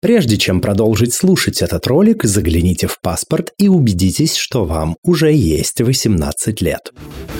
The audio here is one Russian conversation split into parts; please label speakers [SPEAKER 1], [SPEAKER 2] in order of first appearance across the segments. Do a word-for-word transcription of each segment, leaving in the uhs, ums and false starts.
[SPEAKER 1] Прежде чем продолжить слушать этот ролик, загляните в паспорт и убедитесь, что вам уже есть восемнадцать лет.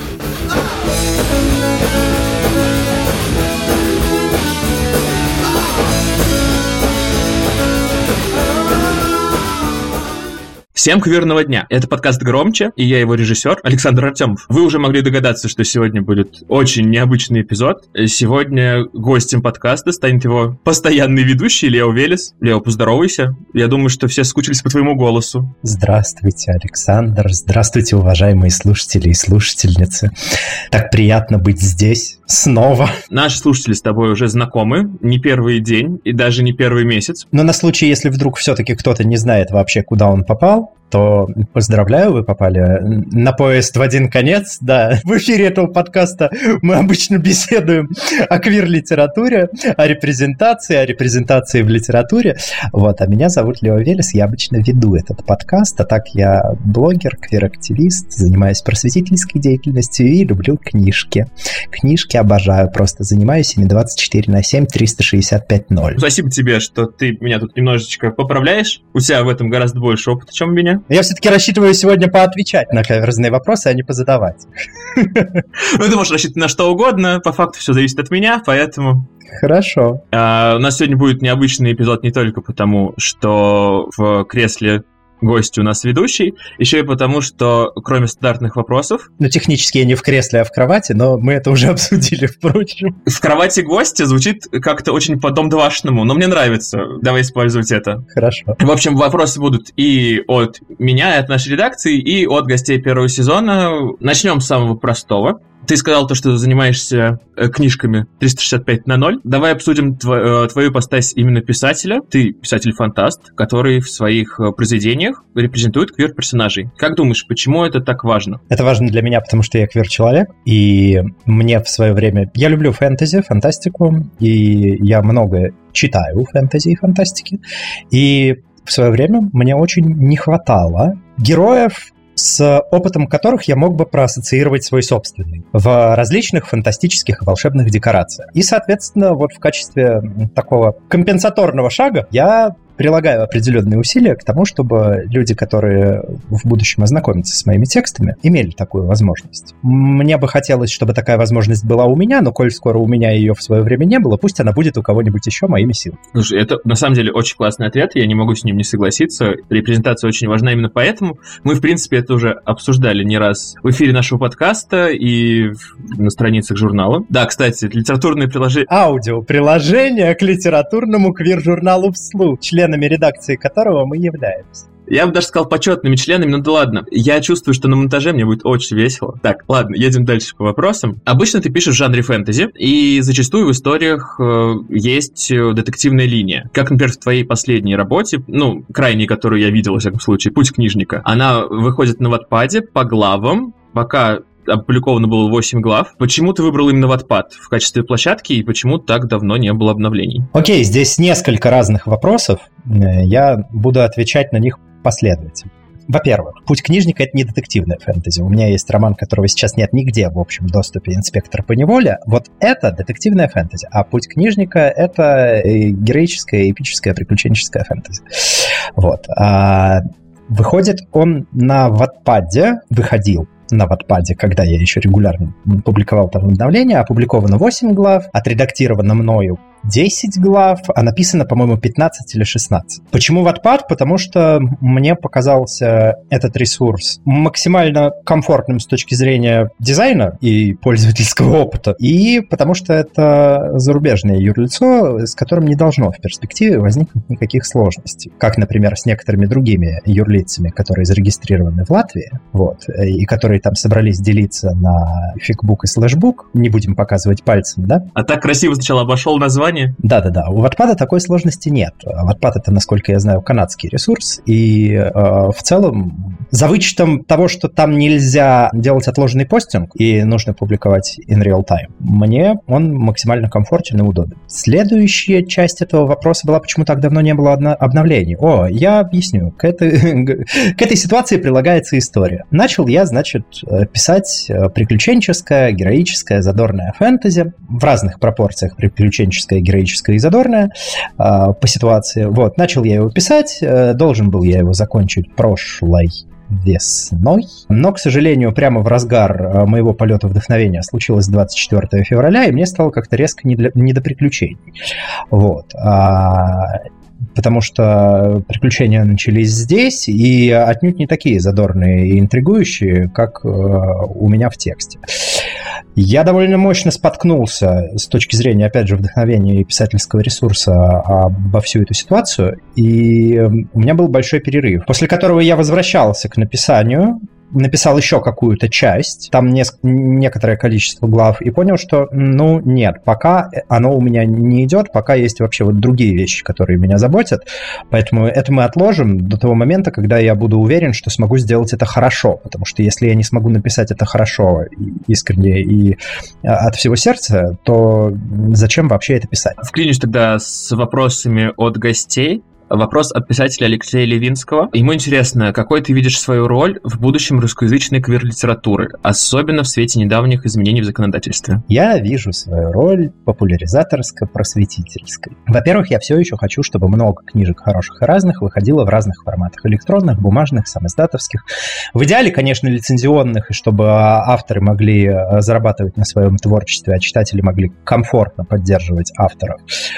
[SPEAKER 2] Всем квирного дня! Это подкаст «Громче», и я его режиссер Александр Артемов. Вы уже могли догадаться, что сегодня будет очень необычный эпизод. Сегодня гостем подкаста станет его постоянный ведущий Лео Велес. Лео, поздоровайся. Я думаю, что все скучились по твоему голосу.
[SPEAKER 1] Здравствуйте, Александр. Здравствуйте, уважаемые слушатели и слушательницы. Так приятно быть здесь снова.
[SPEAKER 2] Наши слушатели с тобой уже знакомы не первый день и даже не первый месяц.
[SPEAKER 1] Но на случай, если вдруг все-таки кто-то не знает вообще, куда он попал, то поздравляю, вы попали на поезд в один конец. Да, в эфире этого подкаста мы обычно беседуем о квир-литературе, о репрезентации, о репрезентации в литературе. Вот, а меня зовут Лео Велес, я обычно веду этот подкаст, а так я блогер, квир-активист, занимаюсь просветительской деятельностью и люблю книжки. Книжки обожаю, просто занимаюсь ими двадцать четыре на семь, триста шестьдесят пять ноль.
[SPEAKER 2] Спасибо тебе, что ты меня тут немножечко поправляешь. У тебя в этом гораздо больше опыта, чем у меня.
[SPEAKER 1] Я все-таки рассчитываю сегодня поотвечать на каверзные вопросы, а не позадавать.
[SPEAKER 2] Ну, ты можешь рассчитывать на что угодно, по факту все зависит от меня, поэтому...
[SPEAKER 1] Хорошо.
[SPEAKER 2] А, у нас сегодня будет необычный эпизод не только потому, что в кресле гость у нас ведущий, еще и потому, что кроме стандартных вопросов...
[SPEAKER 1] Ну, технически я не в кресле, а в кровати, но мы это уже обсудили, впрочем.
[SPEAKER 2] В кровати гостя звучит как-то очень по-дом-двашному, но мне нравится. Давай использовать это.
[SPEAKER 1] Хорошо.
[SPEAKER 2] В общем, вопросы будут и от меня, и от нашей редакции, и от гостей первого сезона. Начнем с самого простого. Ты сказал то, что занимаешься книжками триста шестьдесят пять на ноль. Давай обсудим тво- твою ипостась именно писателя. Ты писатель-фантаст, который в своих произведениях репрезентует квир-персонажей. Как думаешь, почему это так важно?
[SPEAKER 1] Это важно для меня, потому что я квир-человек, и мне в свое время... Я люблю фэнтези, фантастику, и я много читаю фэнтези и фантастики, и в свое время мне очень не хватало героев, с опытом которых я мог бы проассоциировать свой собственный в различных фантастических и волшебных декорациях. И, соответственно, вот в качестве такого компенсаторного шага я прилагаю определенные усилия к тому, чтобы люди, которые в будущем ознакомятся с моими текстами, имели такую возможность. Мне бы хотелось, чтобы такая возможность была у меня, но коль скоро у меня ее в свое время не было, пусть она будет у кого-нибудь еще моими силами.
[SPEAKER 2] Слушай, это на самом деле очень классный ответ, я не могу с ним не согласиться. Репрезентация очень важна именно поэтому. Мы, в принципе, это уже обсуждали не раз в эфире нашего подкаста и на страницах журнала. Да, кстати, литературные приложения...
[SPEAKER 1] Аудиоприложение к литературному квир-журналу «Вслух», членами редакции которого мы являемся.
[SPEAKER 2] Я бы даже сказал почетными членами, но да ладно. Я чувствую, что на монтаже мне будет очень весело. Так, ладно, едем дальше по вопросам. Обычно ты пишешь в жанре фэнтези, и зачастую в историях э, есть детективная линия. Как, например, в твоей последней работе, ну, крайней, которую я видел, во всяком случае, «Путь книжника». Она выходит на Wattpad по главам, пока... опубликовано было восемь глав. Почему ты выбрал именно Wattpad в качестве площадки и почему так давно не было обновлений?
[SPEAKER 1] Окей, здесь несколько разных вопросов. Я буду отвечать на них последовательно. Во-первых, «Путь книжника» — это не детективная фэнтези. У меня есть роман, которого сейчас нет нигде в общем доступе, «Инспектор поневоле». Вот это детективная фэнтези. А «Путь книжника» — это героическая, эпическая, приключенческая фэнтези. Вот. А выходит он на Wattpad, выходил на Wattpad, когда я еще регулярно публиковал там обновления, опубликовано восемь глав, отредактировано мною десять глав, а написано, по-моему, пятнадцать или шестнадцать. Почему Wattpad? Потому что мне показался этот ресурс максимально комфортным с точки зрения дизайна и пользовательского опыта, и потому что это зарубежное юрлицо, с которым не должно в перспективе возникнуть никаких сложностей. Как, например, с некоторыми другими юрлицами, которые зарегистрированы в Латвии, вот, и которые там собрались делиться на фикбук и слэшбук. Не будем показывать пальцем, да?
[SPEAKER 2] А так красиво сначала обошел название.
[SPEAKER 1] Да-да-да, у Wattpad такой сложности нет. Wattpad — это, насколько я знаю, канадский ресурс, и э, в целом, за вычетом того, что там нельзя делать отложенный постинг и нужно публиковать in real time, мне он максимально комфортен и удобен. Следующая часть этого вопроса была, почему так давно не было обновлений. О, я объясню. К этой, к этой ситуации прилагается история. Начал я, значит, писать приключенческое, героическое, задорное фэнтези в разных пропорциях приключенческое героическое и задорное по ситуации. Вот, начал я его писать, должен был я его закончить прошлой весной. Но, к сожалению, прямо в разгар моего полета вдохновения случилось двадцать четвёртого февраля, и мне стало как-то резко не, для, не до приключений. Вот. А, потому что приключения начались здесь, и отнюдь не такие задорные и интригующие, как у меня в тексте. Я довольно мощно споткнулся с точки зрения, опять же, вдохновения и писательского ресурса обо всю эту ситуацию, и у меня был большой перерыв, после которого я возвращался к написанию, написал еще какую-то часть, там неск- некоторое количество глав, и понял, что, ну, нет, пока оно у меня не идет, пока есть вообще вот другие вещи, которые меня заботят, поэтому это мы отложим до того момента, когда я буду уверен, что смогу сделать это хорошо, потому что если я не смогу написать это хорошо, искренне и от всего сердца, то зачем вообще это писать?
[SPEAKER 2] Вклинюсь тогда с вопросами от гостей. Вопрос от писателя Алексея Левинского. Ему интересно, какой ты видишь свою роль в будущем русскоязычной квир-литературы, особенно в свете недавних изменений в законодательстве?
[SPEAKER 1] Я вижу свою роль популяризаторско-просветительской. Во-первых, я все еще хочу, чтобы много книжек хороших и разных выходило в разных форматах: электронных, бумажных, самоиздатовских. В идеале, конечно, лицензионных, и чтобы авторы могли зарабатывать на своем творчестве, а читатели могли комфортно поддерживать авторов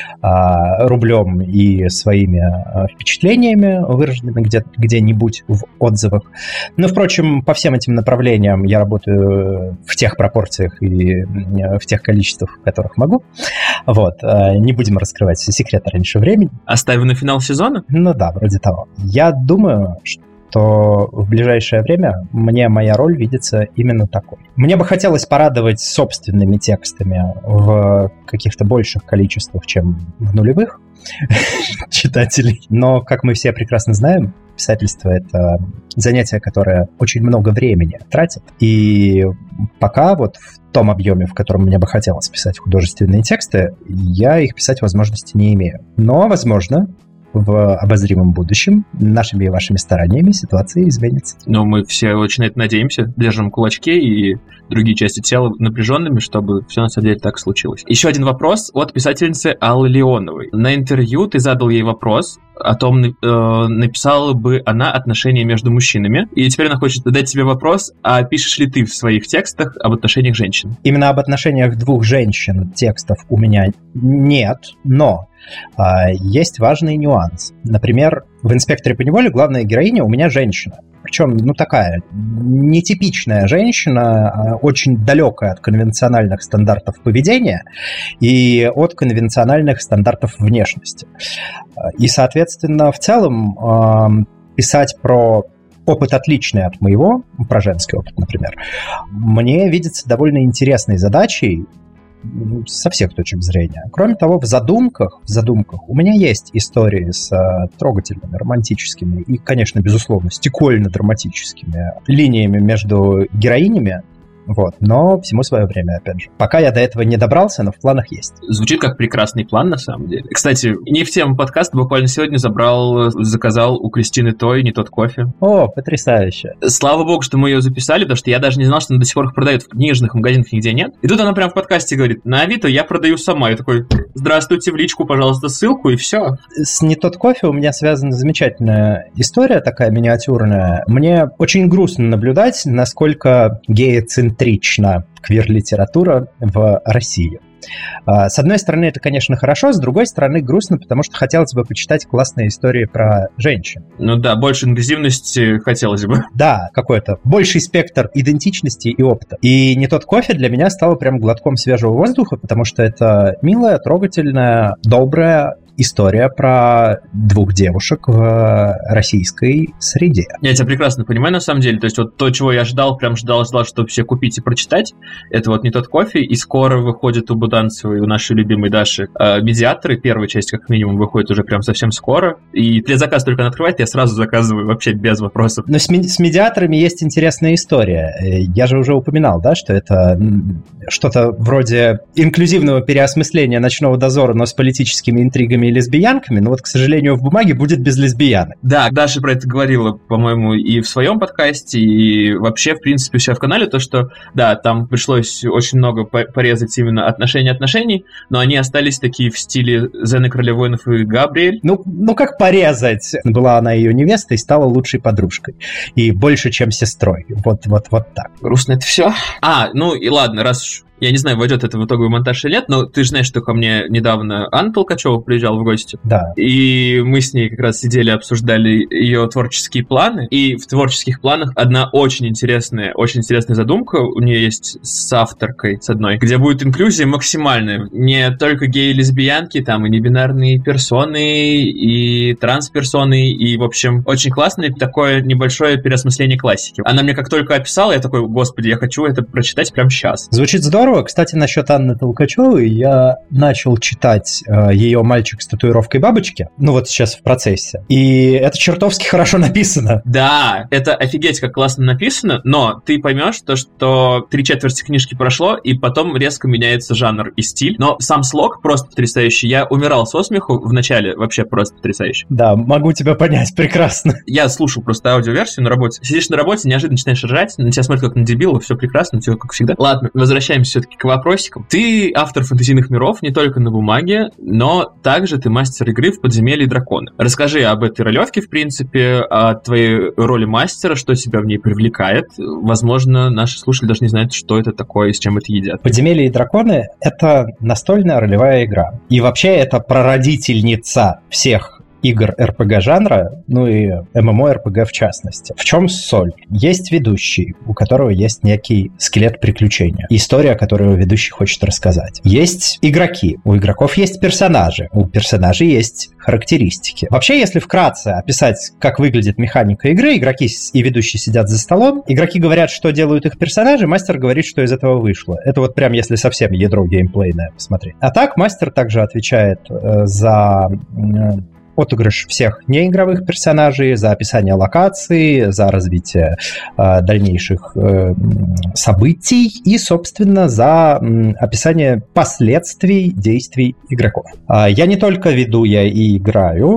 [SPEAKER 1] а, рублем и своими впечатлениями, выраженными где- где-нибудь в отзывах. Но, впрочем, по всем этим направлениям я работаю в тех пропорциях и в тех количествах, в которых могу. Вот. Не будем раскрывать все секреты раньше времени.
[SPEAKER 2] Оставим на финал сезона?
[SPEAKER 1] Ну да, вроде того. Я думаю, что в ближайшее время мне моя роль видится именно такой. Мне бы хотелось порадовать собственными текстами в каких-то больших количествах, чем в нулевых читателей. Но, как мы все прекрасно знаем, писательство — это занятие, которое очень много времени тратит. И пока вот в том объеме, в котором мне бы хотелось писать художественные тексты, я их писать возможности не имею. Но, возможно, в обозримом будущем нашими и вашими стараниями ситуация изменится.
[SPEAKER 2] Но мы все очень на это надеемся, держим кулачки и другие части тела напряженными, чтобы все на самом деле так случилось. Еще один вопрос от писательницы Аллы Леоновой. На интервью ты задал ей вопрос о том, э, написала бы она отношения между мужчинами. И теперь она хочет задать тебе вопрос, а пишешь ли ты в своих текстах об отношениях женщин?
[SPEAKER 1] Именно об отношениях двух женщин текстов у меня нет, но есть важный нюанс. Например, в «Инспекторе поневоле» главная героиня у меня женщина. Причем, ну, такая нетипичная женщина, очень далекая от конвенциональных стандартов поведения и от конвенциональных стандартов внешности. И, соответственно, в целом писать про опыт, отличный от моего, про женский опыт, например, мне видится довольно интересной задачей со всех точек зрения. Кроме того, в задумках, в задумках у меня есть истории с а, трогательными, романтическими и, конечно, безусловно, стекольно-драматическими линиями между героинями. Вот, но всему свое время, опять же. Пока я до этого не добрался, но в планах есть.
[SPEAKER 2] Звучит как прекрасный план, на самом деле. Кстати, не в тему подкаста, буквально сегодня забрал, заказал у Кристины Той не тот кофе.
[SPEAKER 1] О, потрясающе.
[SPEAKER 2] Слава богу, что мы ее записали, потому что я даже не знал, что она до сих пор их продает в книжных магазинах, нигде нет. И тут она прям в подкасте говорит: на Авито я продаю сама. Я такой: здравствуйте, в личку, пожалуйста, ссылку, и все.
[SPEAKER 1] С не тот кофе у меня связана замечательная история, такая миниатюрная. Мне очень грустно наблюдать, насколько геоцентрична квир-литература в России. С одной стороны, это, конечно, хорошо, с другой стороны, грустно, потому что хотелось бы почитать классные истории про женщин.
[SPEAKER 2] Ну да, больше инклюзивности хотелось бы.
[SPEAKER 1] Да, какой-то больший спектр идентичности и опыта. И не тот кофе для меня стало прям глотком свежего воздуха, потому что это милая, трогательная, добрая история про двух девушек в российской среде.
[SPEAKER 2] Я тебя прекрасно понимаю, на самом деле. То есть вот то, чего я ждал, прям ждал, ждал, чтобы все купить и прочитать, это вот не тот кофе. И скоро выходит у Буданцевой, у нашей любимой Даши, «Медиаторы». Первая часть, как минимум, выходит уже прям совсем скоро. И предзаказ только она открывает, я сразу заказываю вообще без вопросов.
[SPEAKER 1] Но с, ми- с «Медиаторами» есть интересная история. Я же уже упоминал, да, что это что-то вроде инклюзивного переосмысления «Ночного дозора», но с политическими интригами геями и лесбиянками, но вот, к сожалению, в бумаге будет без лесбиянок.
[SPEAKER 2] Да, Даша про это говорила, по-моему, и в своем подкасте, и вообще, в принципе, у себя в канале, то, что, да, там пришлось очень много порезать именно отношений-отношений, но они остались такие в стиле Зены Королевойнов и Габриэль.
[SPEAKER 1] Ну, ну, как порезать? Была она ее невестой и стала лучшей подружкой. И больше, чем сестрой. Вот, вот, вот так.
[SPEAKER 2] Грустно это все. А, ну и ладно, раз уж... Я не знаю, войдет это в итоговый монтаж или нет, но ты же знаешь, что ко мне недавно Анна Толкачева приезжала в гости.
[SPEAKER 1] Да.
[SPEAKER 2] И мы с ней как раз сидели, обсуждали ее творческие планы. И в творческих планах одна очень интересная, очень интересная задумка у нее есть с авторкой, с одной, где будет инклюзия максимальная. Не только геи-лесбиянки, там и небинарные персоны, и трансперсоны, и, в общем, очень классное такое небольшое переосмысление классики. Она мне как только описала, я такой, господи, я хочу это прочитать прямо сейчас.
[SPEAKER 1] Звучит здорово. Кстати, насчет Анны Толкачевой, я начал читать э, ее «Мальчик с татуировкой бабочки», ну вот сейчас в процессе, и это чертовски хорошо написано.
[SPEAKER 2] Да, это офигеть как классно написано, но ты поймешь то, что три четверти книжки прошло, и потом резко меняется жанр и стиль, но сам слог просто потрясающий. Я умирал со смеху в начале, вообще просто потрясающий.
[SPEAKER 1] Да, могу тебя понять, прекрасно.
[SPEAKER 2] Я слушал просто аудиоверсию на работе. Сидишь на работе, неожиданно начинаешь ржать, на тебя смотрят как на дебила, все прекрасно, все как всегда. Ладно, возвращаемся все-таки к вопросикам. Ты автор фэнтезийных миров не только на бумаге, но также ты мастер игры в «Подземелье и драконы». Расскажи об этой ролевке, в принципе, о твоей роли мастера, что тебя в ней привлекает. Возможно, наши слушатели даже не знают, что это такое и с чем это едят.
[SPEAKER 1] «Подземелье и драконы» — это настольная ролевая игра. И вообще это прародительница всех игр эр пи джи-жанра, ну и эм эм о эр пи джи в частности. В чем соль? Есть ведущий, у которого есть некий скелет приключения. История, которую ведущий хочет рассказать. Есть игроки. У игроков есть персонажи. У персонажей есть характеристики. Вообще, если вкратце описать, как выглядит механика игры, игроки и ведущий сидят за столом, игроки говорят, что делают их персонажи, мастер говорит, что из этого вышло. Это вот прям если совсем ядро геймплейное посмотреть. А так, мастер также отвечает э, за... Э, отыгрыш всех неигровых персонажей, за описание локаций, за развитие э, дальнейших э, событий и, собственно, за э, описание последствий действий игроков. Э, я не только веду, я и играю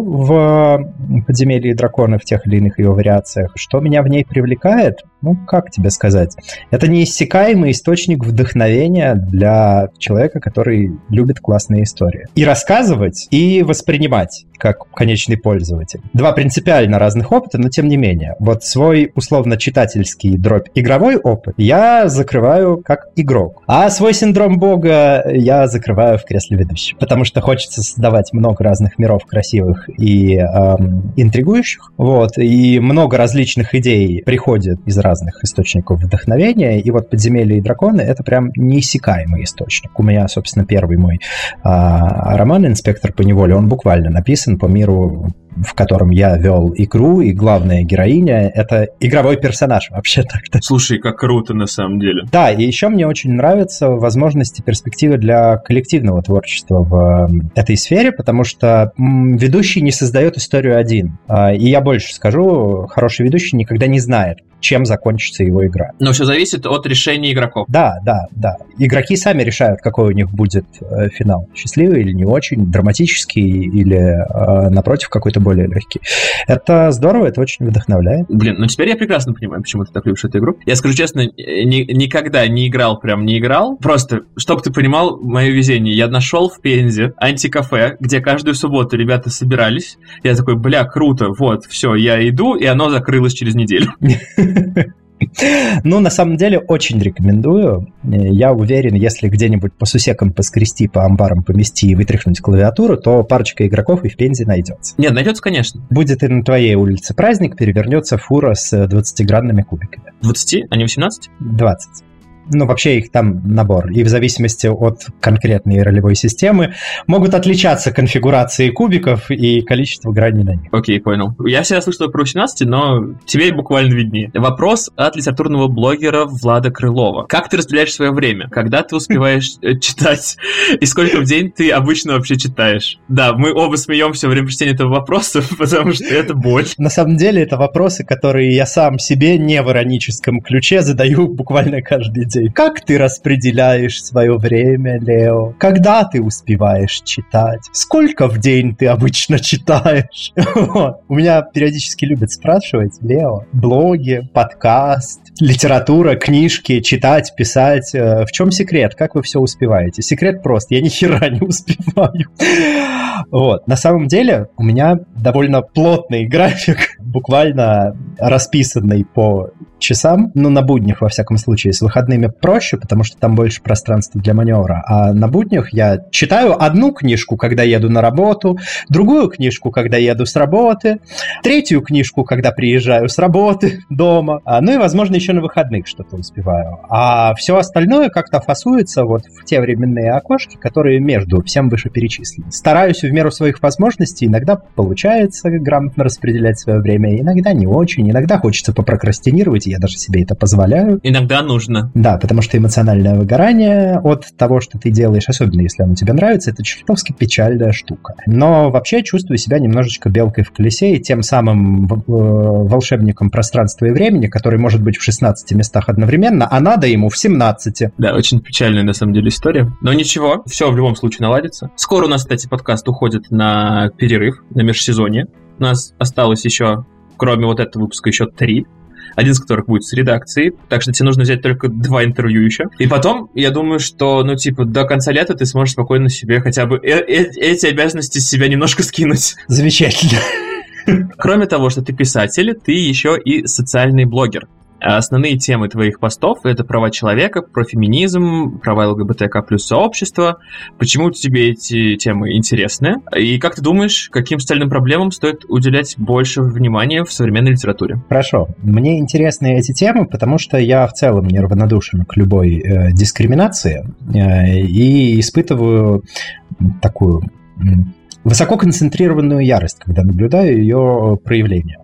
[SPEAKER 1] в «Подземелье и драконы» в тех или иных ее вариациях. Что меня в ней привлекает? Ну, как тебе сказать? Это неиссякаемый источник вдохновения для человека, который любит классные истории. И рассказывать, и воспринимать как конечный пользователь. Два принципиально разных опыта, но тем не менее. Вот свой условно-читательский дробь игровой опыт я закрываю как игрок. А свой синдром бога я закрываю в кресле ведущего. Потому что хочется создавать много разных миров красивых и эм, интригующих. Вот. И много различных идей приходит из разных источников вдохновения. И вот «Подземелье и драконы» — это прям неиссякаемый источник. У меня, собственно, первый мой э, роман «Инспектор поневоле», он буквально написан по миру, в котором я вел игру, и главная героиня — это игровой персонаж вообще так-то.
[SPEAKER 2] Слушай, как круто на самом деле.
[SPEAKER 1] Да, и еще мне очень нравятся возможности, перспективы для коллективного творчества в этой сфере, потому что м, ведущий не создает историю один. И я больше скажу, хороший ведущий никогда не знает, чем закончится его игра. Но
[SPEAKER 2] все зависит от решения игроков.
[SPEAKER 1] Да, да, да. Игроки сами решают, какой у них будет э, финал. Счастливый или не очень, драматический или, э, напротив, какой-то более легкий. Это здорово, это очень вдохновляет.
[SPEAKER 2] Блин, ну теперь я прекрасно понимаю, почему ты так любишь эту игру. Я скажу честно, ни, никогда не играл, прям не играл. Просто, чтобы ты понимал мое везение, я нашел в Пензе антикафе, где каждую субботу ребята собирались. Я такой, бля, круто, вот, все, я иду, и оно закрылось через неделю.
[SPEAKER 1] Ну, на самом деле, очень рекомендую. Я уверен, если где-нибудь по сусекам поскрести, по амбарам помести и вытряхнуть клавиатуру, то парочка игроков и в Пензе найдется.
[SPEAKER 2] Нет, найдется, конечно.
[SPEAKER 1] Будет и на твоей улице праздник, перевернется фура с двадцатигранными кубиками.
[SPEAKER 2] двадцать, а не восемнадцать?
[SPEAKER 1] двадцать. Ну, вообще их там набор. И в зависимости от конкретной ролевой системы могут отличаться конфигурации кубиков и количество граней на них.
[SPEAKER 2] Окей, понял. Я всегда слышал про восемнадцать, но тебе буквально виднее. Вопрос от литературного блогера Влада Крылова. Как ты разделяешь свое время? Когда ты успеваешь читать? И сколько в день ты обычно вообще читаешь? Да, мы оба смеемся во время чтения этого вопроса, потому что это боль.
[SPEAKER 1] На самом деле, это вопросы, которые я сам себе не в ироническом ключе задаю буквально каждый день. людей. Как ты распределяешь свое время, Лео? Когда ты успеваешь читать? Сколько в день ты обычно читаешь? Вот. У меня периодически любят спрашивать: Лео, блоги, подкаст, литература, книжки, читать, писать. В чем секрет? Как вы все успеваете? Секрет прост. Я ни хера не успеваю. Вот. На самом деле у меня довольно плотный график, буквально расписанный по часам. Ну, на буднях, во всяком случае. С выходными проще, потому что там больше пространства для маневра. А на буднях я читаю одну книжку, когда еду на работу, другую книжку, когда еду с работы, третью книжку, когда приезжаю с работы дома. Ну и, возможно, еще на выходных что-то успеваю. А все остальное как-то фасуется вот в те временные окошки, которые между всем вышеперечисленным. Стараюсь в меру своих возможностей. Иногда получается грамотно распределять свое время, иногда не очень. Иногда хочется попрокрастинировать, и я даже себе это позволяю.
[SPEAKER 2] Иногда нужно.
[SPEAKER 1] Да, потому что эмоциональное выгорание от того, что ты делаешь, особенно если оно тебе нравится, это чертовски печальная штука. Но вообще чувствую себя немножечко белкой в колесе и тем самым волшебником пространства и времени, который может быть в шестнадцати местах одновременно, а надо ему в семнадцати.
[SPEAKER 2] Да, очень печальная на самом деле история. Но ничего, все в любом случае наладится. Скоро у нас, кстати, подкаст уходит на перерыв, на межсезонье. У нас осталось еще, кроме вот этого выпуска, еще три. Один из которых будет с редакцией, так что тебе нужно взять только два интервью еще. И потом, я думаю, что, ну, типа, до конца лета ты сможешь спокойно себе хотя бы э- э- эти обязанности с себя немножко скинуть.
[SPEAKER 1] Замечательно.
[SPEAKER 2] Кроме того, что ты писатель, ты еще и социальный блогер. Основные темы твоих постов — это права человека, про феминизм, права ЛГБТК плюс сообщества. Почему тебе эти темы интересны? И как ты думаешь, каким социальным проблемам стоит уделять больше внимания в современной литературе?
[SPEAKER 1] Хорошо. Мне интересны эти темы, потому что я в целом неравнодушен к любой э, дискриминации э, и испытываю такую э, высококонцентрированную ярость, когда наблюдаю ее проявление.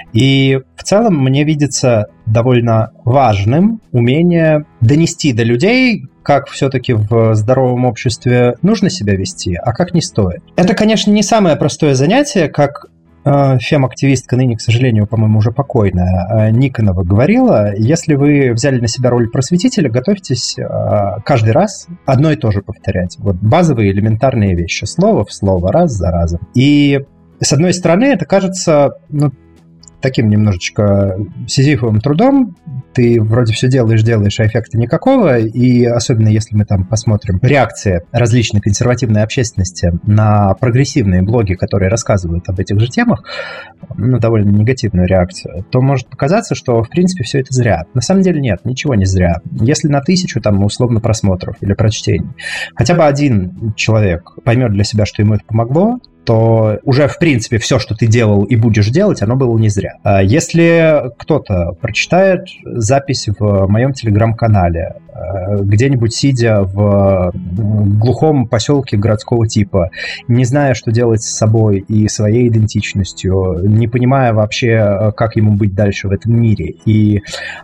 [SPEAKER 1] И в целом мне видится довольно важным умение донести до людей, как все-таки в здоровом обществе нужно себя вести, а как не стоит. Это, конечно, не самое простое занятие, как э, фем-активистка, ныне, к сожалению, по-моему, уже покойная, э, Никонова говорила: если вы взяли на себя роль просветителя, готовьтесь э, каждый раз одно и то же повторять. Вот базовые элементарные вещи, слово в слово, раз за разом. И, с одной стороны, это кажется... ну, таким немножечко сизифовым трудом. Ты вроде все делаешь, делаешь, а эффекта никакого. И особенно если мы там посмотрим реакции различной консервативной общественности на прогрессивные блоги, которые рассказывают об этих же темах, ну, довольно негативную реакцию, то может показаться, что, в принципе, все это зря. На самом деле нет, ничего не зря. Если на тысячу, там, условно, просмотров или прочтений хотя бы один человек поймет для себя, что ему это помогло, то уже, в принципе, все, что ты делал и будешь делать, оно было не зря. Если кто-то прочитает запись в моем телеграм-канале, где-нибудь сидя в глухом поселке городского типа, не зная, что делать с собой и своей идентичностью, не понимая вообще, как ему быть дальше в этом мире, и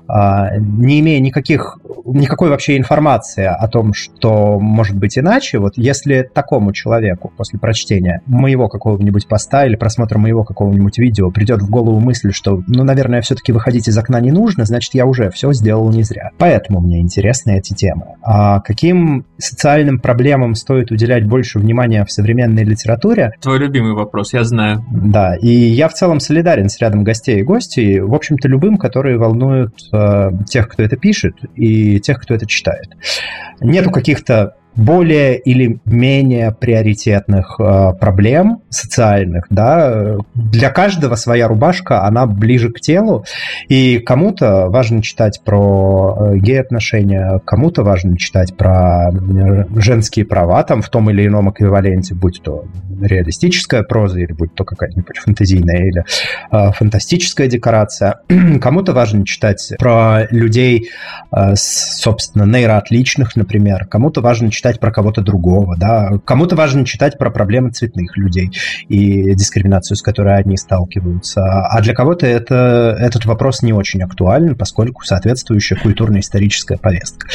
[SPEAKER 1] не имея никаких, никакой вообще информации о том, что может быть иначе, вот если такому человеку после прочтения моего какого-нибудь поста или просмотра моего какого-нибудь видео придет в голову мысль, что, ну, наверное, все-таки выходить из окна не нужно, значит, я уже все сделал не зря. Поэтому мне интересны эти темы. А каким социальным проблемам стоит уделять больше внимания в современной литературе?
[SPEAKER 2] Твой любимый вопрос, я знаю.
[SPEAKER 1] Да, и я в целом солидарен с рядом гостей и гостей, в общем-то, любым, которые волнуют э, тех, кто это пишет, и тех, кто это читает. Нету каких-то более или менее приоритетных э, проблем социальных, да, для каждого своя рубашка, она ближе к телу, и кому-то важно читать про гей-отношения, кому-то важно читать про женские права, там, в том или ином эквиваленте, будь то реалистическая проза, или будь то какая-нибудь фантазийная или э, фантастическая декорация, кому-то важно читать про людей, э, с, собственно, нейроотличных, например, кому-то важно читать читать про кого-то другого, да, кому-то важно читать про проблемы цветных людей и дискриминацию, с которой они сталкиваются, а для кого-то это, этот вопрос не очень актуален, поскольку соответствующая культурно-историческая повестка.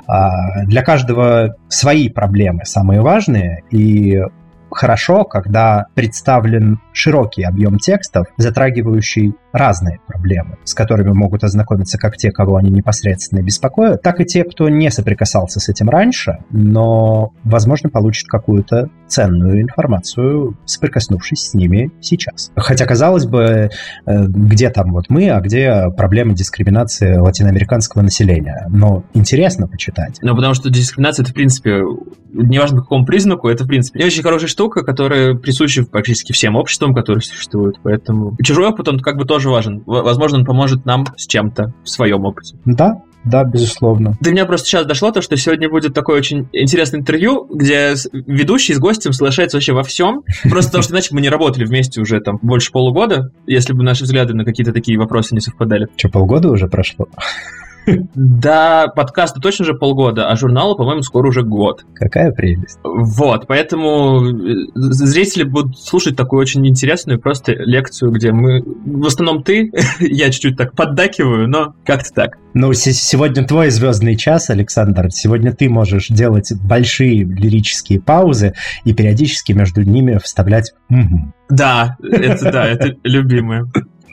[SPEAKER 1] А для каждого свои проблемы самые важные, и хорошо, когда представлен широкий объем текстов, затрагивающий разные проблемы, с которыми могут ознакомиться как те, кого они непосредственно беспокоят, так и те, кто не соприкасался с этим раньше, но, возможно, получит какую-то ценную информацию, соприкоснувшись с ними сейчас. Хотя, казалось бы, где там вот мы, а где проблемы дискриминации латиноамериканского населения. Но интересно почитать.
[SPEAKER 2] Ну, потому что дискриминация, это, в принципе, неважно по какому признаку, это, в принципе, не очень хорошая штука, которая присуща практически всем обществам, которые существуют. Поэтому чужой опыт, он как бы тоже важен. Возможно, он поможет нам с чем-то в своем опыте.
[SPEAKER 1] Да, да, безусловно.
[SPEAKER 2] До меня просто сейчас дошло то, что сегодня будет такое очень интересное интервью, где ведущий с гостем соглашается вообще во всем. Просто потому что иначе мы не работали вместе уже там больше полугода, если бы наши взгляды на какие-то такие вопросы не совпадали.
[SPEAKER 1] Что, полгода уже прошло?
[SPEAKER 2] Да, подкасту точно уже полгода, а журналу, по-моему, скоро уже год.
[SPEAKER 1] Какая прелесть.
[SPEAKER 2] Вот, поэтому зрители будут слушать такую очень интересную просто лекцию, где мы, в основном ты, я чуть-чуть так поддакиваю, но как-то так.
[SPEAKER 1] Ну, сегодня твой звездный час, Александр. Сегодня ты можешь делать большие лирические паузы и периодически между ними вставлять «угу».
[SPEAKER 2] Да, это да, это любимое.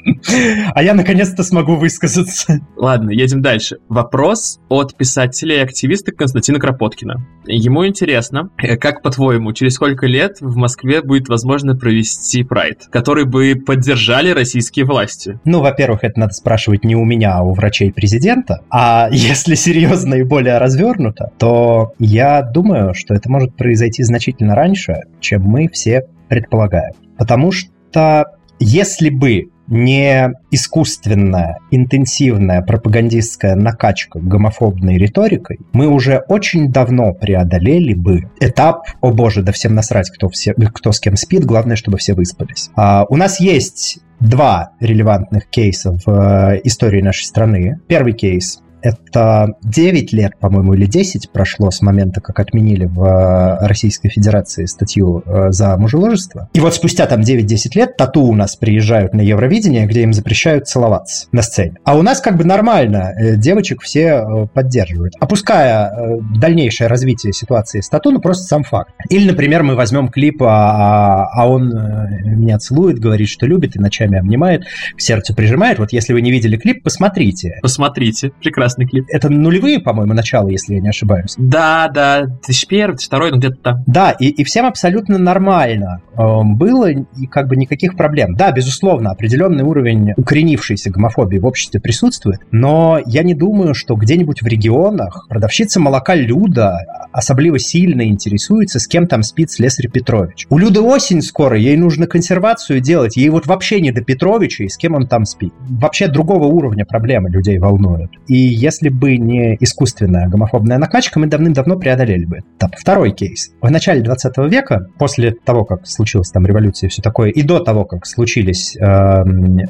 [SPEAKER 1] А я наконец-то смогу высказаться.
[SPEAKER 2] Ладно, едем дальше. Вопрос от писателя и активиста Константина Кропоткина. Ему интересно, как, по-твоему, через сколько лет в Москве будет возможно провести прайд, который бы поддержали российские власти?
[SPEAKER 1] Ну, во-первых, это надо спрашивать не у меня, а у врачей президента. А если серьезно и более развернуто, то я думаю, что это может произойти значительно раньше, чем мы все предполагаем. Потому что если бы не искусственная, интенсивная пропагандистская накачка гомофобной риторикой, мы уже очень давно преодолели бы этап «О боже, да всем насрать, кто, все, кто с кем спит, главное, чтобы все выспались». А, у нас есть два релевантных кейса в э, истории нашей страны. Первый кейс — это девять лет, по-моему, или десять прошло с момента, как отменили в Российской Федерации статью за мужеложество. И вот спустя там девять-десять лет тату у нас приезжают на Евровидение, где им запрещают целоваться на сцене. А у нас как бы нормально, девочек все поддерживают. Опуская дальнейшее развитие ситуации с тату, ну просто сам факт. Или, например, мы возьмем клип, а, а он меня целует, говорит, что любит, и ночами обнимает, к сердцу прижимает. Вот если вы не видели клип, посмотрите.
[SPEAKER 2] Посмотрите, прекрасно. Клип.
[SPEAKER 1] Это нулевые, по-моему, начало, если я не ошибаюсь.
[SPEAKER 2] Да, да, две тысячи первый, две тысячи второй, ну где-то там.
[SPEAKER 1] Да, и, и всем абсолютно нормально э, было, и как бы никаких проблем. Да, безусловно, определенный уровень укоренившейся гомофобии в обществе присутствует, но я не думаю, что где-нибудь в регионах продавщица молока Люда особливо сильно интересуется, с кем там спит слесарь Петрович. У Люды осень скоро, ей нужно консервацию делать, ей вот вообще не до Петровича и с кем он там спит. Вообще другого уровня проблемы людей волнуют. И если бы не искусственная гомофобная накачка, мы давным-давно преодолели бы этап. Второй кейс. В начале двадцатого века, после того, как случилась там революция и все такое, и до того, как случились э,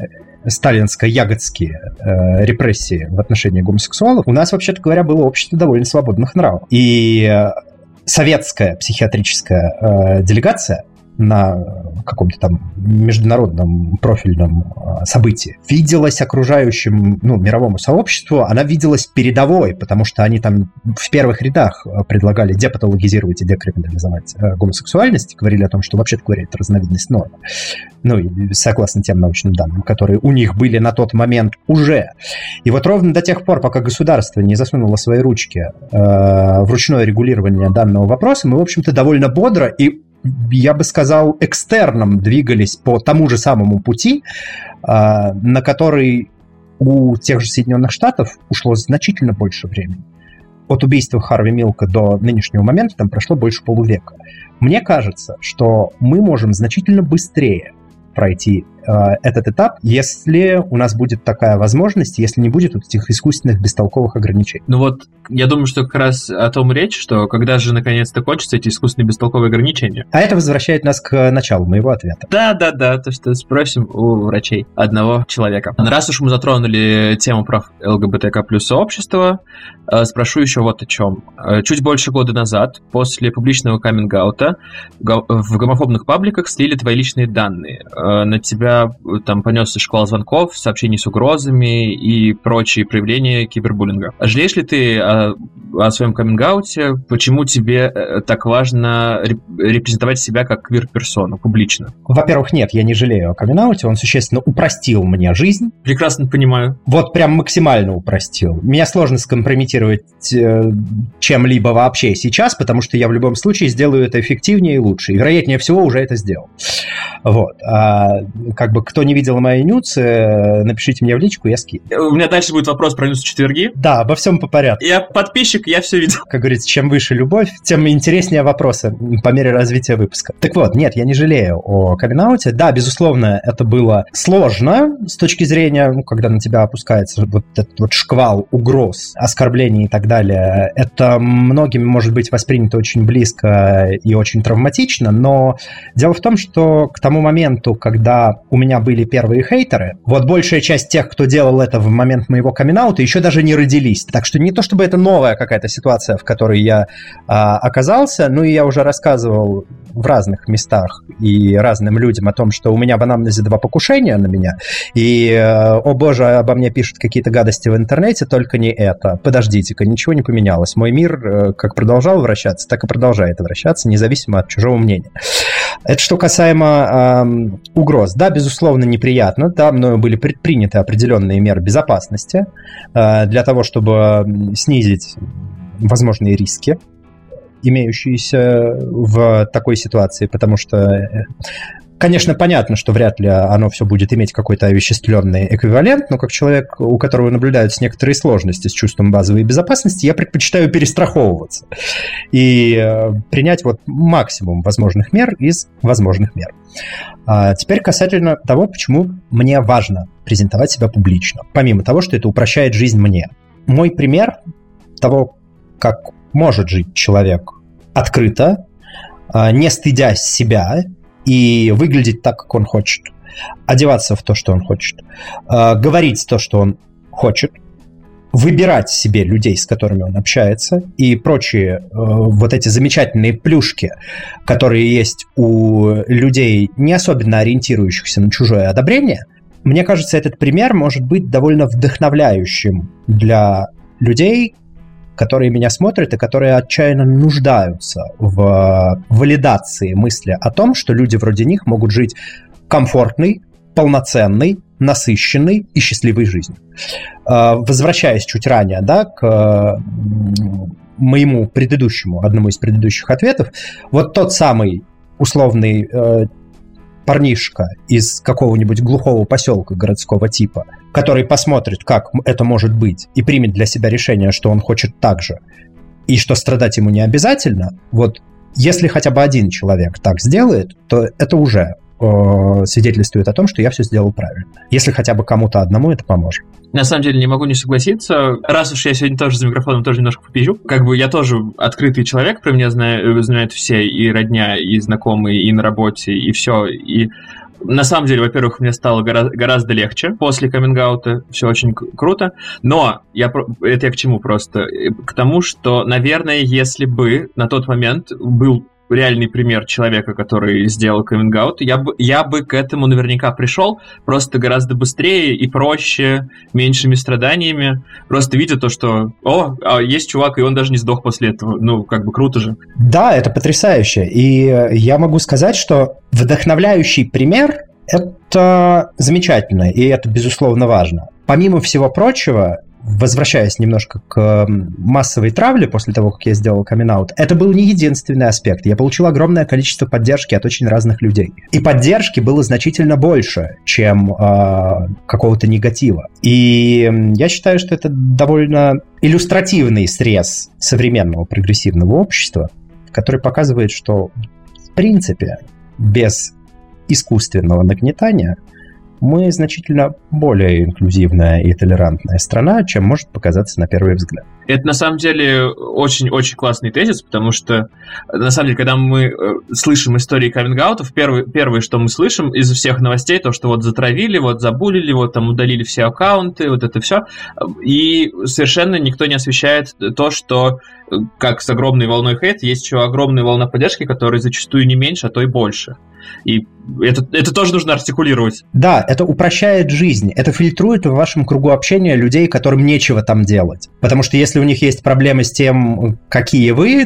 [SPEAKER 1] сталинско-ягодские э, репрессии в отношении гомосексуалов, у нас, вообще-то говоря, было общество довольно свободных нравов. И э, советская психиатрическая э, делегация на каком-то там международном профильном событии виделась окружающим, ну, мировому сообществу, она виделась передовой, потому что они там в первых рядах предлагали депатологизировать и декриминализовать гомосексуальность, говорили о том, что вообще-то говоря, это разновидность нормы. Ну, и согласно тем научным данным, которые у них были на тот момент уже. И вот ровно до тех пор, пока государство не засунуло свои ручки э, в ручное регулирование данного вопроса, мы, в общем-то, довольно бодро и, я бы сказал, экстерном двигались по тому же самому пути, на который у тех же Соединенных Штатов ушло значительно больше времени. От убийства Харви Милка до нынешнего момента там прошло больше полувека. Мне кажется, что мы можем значительно быстрее пройти э, этот этап, если у нас будет такая возможность, если не будет вот этих искусственных бестолковых ограничений.
[SPEAKER 2] Ну вот, я думаю, что как раз о том речь, что когда же наконец-то кончатся эти искусственные бестолковые ограничения.
[SPEAKER 1] А это возвращает нас к началу моего ответа.
[SPEAKER 2] Да-да-да, то, что спросим у врачей одного человека. Раз уж мы затронули тему прав ЛГБТК плюс сообщества, спрошу еще вот о чем. Чуть больше года назад, после публичного каминг-аута, в гомофобных пабликах слили твои личные данные. На тебя когда там понесся шквал звонков, сообщений с угрозами и прочие проявления кибербуллинга. Жалеешь ли ты о, о своем каминг-ауте? Почему тебе так важно репрезентовать себя как квир-персону публично?
[SPEAKER 1] Во-первых, нет, я не жалею о камин-ауте, он существенно упростил мне жизнь.
[SPEAKER 2] Прекрасно понимаю.
[SPEAKER 1] Вот прям максимально упростил. Меня сложно скомпрометировать э, чем-либо вообще сейчас, потому что я в любом случае сделаю это эффективнее и лучше. И, вероятнее всего, уже это сделал. Вот. А, как бы, кто не видел мои нюцы, напишите мне в личку, я скину.
[SPEAKER 2] У меня дальше будет вопрос про нюцы четверги.
[SPEAKER 1] Да, обо всем по порядку.
[SPEAKER 2] Я подписчик, я все видел.
[SPEAKER 1] Как говорится, чем выше любовь, тем интереснее вопросы по мере развития выпуска. Так вот, нет, я не жалею о камин-ауте. Да, безусловно, это было сложно с точки зрения, ну, когда на тебя опускается вот этот вот шквал угроз, оскорблений и так далее. Это многими может быть воспринято очень близко и очень травматично, но дело в том, что к тому моменту, когда у меня были первые хейтеры, вот большая часть тех, кто делал это в момент моего камин-аута, еще даже не родились. Так что не то, чтобы это новая какая-то ситуация, в которой я а, оказался, ну и я уже рассказывал в разных местах и разным людям о том, что у меня в анамнезе два покушения на меня, и, о боже, обо мне пишут какие-то гадости в интернете, только не это. Подождите-ка, ничего не поменялось. Мой мир как продолжал вращаться, так и продолжает вращаться, независимо от чужого мнения. Это что касаемо э, угроз. Да, безусловно, неприятно. Да, мною были предприняты определенные меры безопасности э, для того, чтобы снизить возможные риски, имеющиеся в такой ситуации, потому что, конечно, понятно, что вряд ли оно все будет иметь какой-то овеществленный эквивалент, но как человек, у которого наблюдаются некоторые сложности с чувством базовой безопасности, я предпочитаю перестраховываться и принять вот максимум возможных мер из возможных мер. А теперь касательно того, почему мне важно презентовать себя публично, помимо того, что это упрощает жизнь мне. Мой пример того, как может жить человек открыто, не стыдясь себя, и выглядеть так, как он хочет, одеваться в то, что он хочет, говорить то, что он хочет, выбирать себе людей, с которыми он общается, и прочие вот эти замечательные плюшки, которые есть у людей, не особенно ориентирующихся на чужое одобрение. Мне кажется, этот пример может быть довольно вдохновляющим для людей, которые меня смотрят и которые отчаянно нуждаются в валидации мысли о том, что люди вроде них могут жить комфортной, полноценной, насыщенной и счастливой жизнью. Возвращаясь чуть ранее, да, к моему предыдущему, одному из предыдущих ответов, вот тот самый условный парнишка из какого-нибудь глухого поселка городского типа, который посмотрит, как это может быть, и примет для себя решение, что он хочет так же, и что страдать ему не обязательно, вот если хотя бы один человек так сделает, то это уже э, свидетельствует о том, что я все сделал правильно. Если хотя бы кому-то одному это поможет.
[SPEAKER 2] На самом деле не могу не согласиться. Раз уж я сегодня тоже за микрофоном тоже немножко попизжу, как бы я тоже открытый человек, про меня знают, знают все, и родня, и знакомые, и на работе, и все. И на самом деле, во-первых, мне стало гораздо, гораздо легче после каминг-аута, все очень к- круто, но я, это я к чему просто? К тому, что, наверное, если бы на тот момент был реальный пример человека, который сделал каминг-аут, я бы, я бы к этому наверняка пришел просто гораздо быстрее и проще, меньшими страданиями, просто видя то, что о, а есть чувак, и он даже не сдох после этого. Ну, как бы круто же.
[SPEAKER 1] Да, это потрясающе. И я могу сказать, что вдохновляющий пример — это замечательно, и это, безусловно, важно. Помимо всего прочего, возвращаясь немножко к массовой травле после того, как я сделал камин-аут, это был не единственный аспект. Я получил огромное количество поддержки от очень разных людей. И поддержки было значительно больше, чем э, какого-то негатива. И я считаю, что это довольно иллюстративный срез современного прогрессивного общества, который показывает, что, в принципе, без искусственного нагнетания мы значительно более инклюзивная и толерантная страна, чем может показаться на первый взгляд.
[SPEAKER 2] Это, на самом деле, очень-очень классный тезис, потому что, на самом деле, когда мы э, слышим истории каминг-аутов, первое, первое, что мы слышим из всех новостей, то, что вот затравили, вот забулили, вот там удалили все аккаунты, вот это все, и совершенно никто не освещает то, что, как с огромной волной хейта, есть еще огромная волна поддержки, которая зачастую не меньше, а то и больше. И это, это тоже нужно артикулировать.
[SPEAKER 1] Да, это упрощает жизнь. Это фильтрует в вашем кругу общения людей, которым нечего там делать. Потому что если у них есть проблемы с тем, какие вы,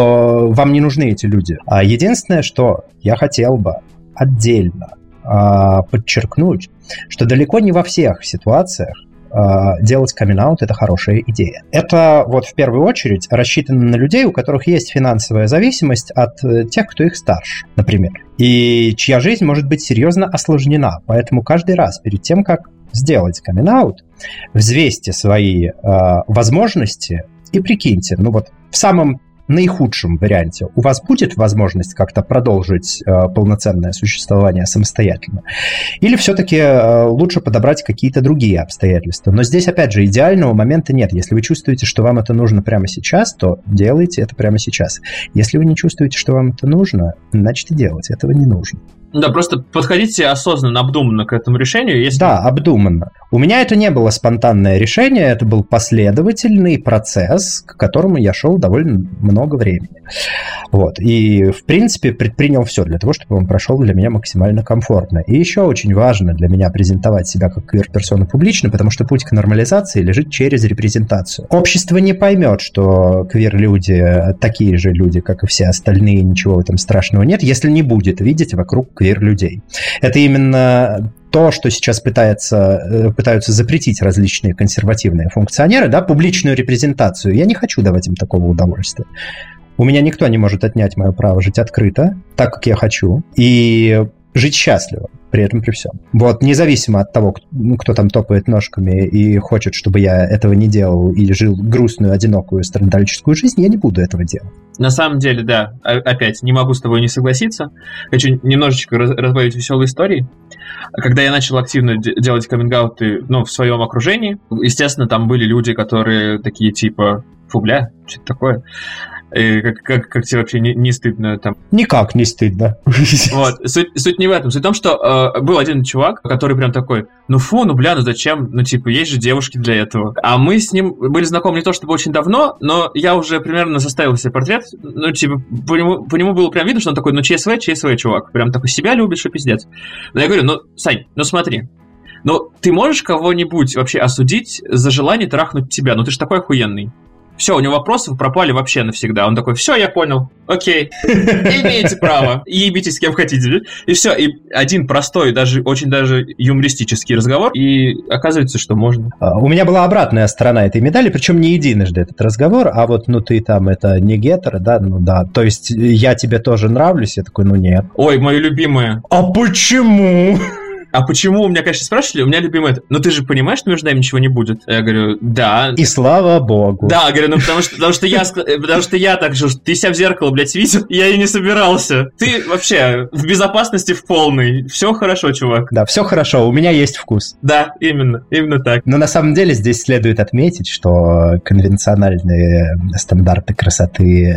[SPEAKER 1] то вам не нужны эти люди. А единственное, что я хотел бы отдельно а, подчеркнуть, что далеко не во всех ситуациях делать камин-аут – это хорошая идея. Это вот в первую очередь рассчитано на людей, у которых есть финансовая зависимость от тех, кто их старше, например, и чья жизнь может быть серьезно осложнена. Поэтому каждый раз перед тем, как сделать камин-аут, взвесьте свои э, возможности и прикиньте, ну вот в самом наихудшем варианте у вас будет возможность как-то продолжить э, полноценное существование самостоятельно? Или все-таки э, лучше подобрать какие-то другие обстоятельства? Но здесь, опять же, идеального момента нет. Если вы чувствуете, что вам это нужно прямо сейчас, то делайте это прямо сейчас. Если вы не чувствуете, что вам это нужно, значит и делать этого не нужно.
[SPEAKER 2] Да, просто подходите осознанно, обдуманно к этому решению. Если...
[SPEAKER 1] Да, обдуманно. У меня это не было спонтанное решение, это был последовательный процесс, к которому я шел довольно много времени. Вот. И, в принципе, предпринял все для того, чтобы он прошел для меня максимально комфортно. И еще очень важно для меня презентовать себя как квир-персону публично, потому что путь к нормализации лежит через репрезентацию. Общество не поймет, что квир-люди такие же люди, как и все остальные, ничего в этом страшного нет, если не будет видеть вокруг квир-людей. Это именно то, что сейчас пытается, пытаются запретить различные консервативные функционеры, да, публичную репрезентацию. Я не хочу давать им такого удовольствия. У меня никто не может отнять мое право жить открыто, так, как я хочу, и жить счастливо при этом, при всем. Вот, независимо от того, кто, кто там топает ножками и хочет, чтобы я этого не делал и жил грустную, одинокую, страдальческую жизнь, я не буду этого делать.
[SPEAKER 2] На самом деле, да, опять, не могу с тобой не согласиться. Хочу немножечко разбавить веселые истории. Когда я начал активно делать каминг-ауты, ну, в своем окружении, естественно, там были люди, которые такие типа, фу, бля, что-то такое. И как, как, как тебе вообще не, не стыдно там?
[SPEAKER 1] Никак не стыдно.
[SPEAKER 2] Вот, суть, суть не в этом. Суть в том, что э, был один чувак, который прям такой, ну фу, ну бля, ну зачем? Ну типа, есть же девушки для этого. А мы с ним были знакомы не то чтобы очень давно, но я уже примерно составил себе портрет. Ну типа, по нему, по нему было прям видно, что он такой, ну ЧСВ, ЧСВ чувак. Прям такой себя любишь и пиздец. Но я говорю, ну, Сань, ну смотри, ну ты можешь кого-нибудь вообще осудить за желание трахнуть тебя? Ну ты же такой охуенный. Все, у него вопросы пропали вообще навсегда. Он такой, все, я понял, окей, имеете право, ебитесь с кем хотите. И все, и один простой, даже очень даже юмористический разговор, и оказывается, что можно.
[SPEAKER 1] У меня была обратная сторона этой медали, причем не единожды этот разговор, а вот, ну, ты там, это не гетеро, да, ну да, то есть я тебе тоже нравлюсь, я такой, ну нет.
[SPEAKER 2] Ой, мои любимые.
[SPEAKER 1] А почему?
[SPEAKER 2] А почему? У меня, конечно, спрашивали, у меня любимый это, ну ты же понимаешь, что между нами ничего не будет? Я говорю, да.
[SPEAKER 1] И слава богу.
[SPEAKER 2] Да, говорю, ну потому что, потому что я, потому что я так же, ты себя в зеркало, блядь, видел, я и не собирался. Ты вообще в безопасности в полной, все хорошо, чувак.
[SPEAKER 1] Да, все хорошо, у меня есть вкус.
[SPEAKER 2] Да, именно, именно так.
[SPEAKER 1] Но на самом деле здесь следует отметить, что конвенциональные стандарты красоты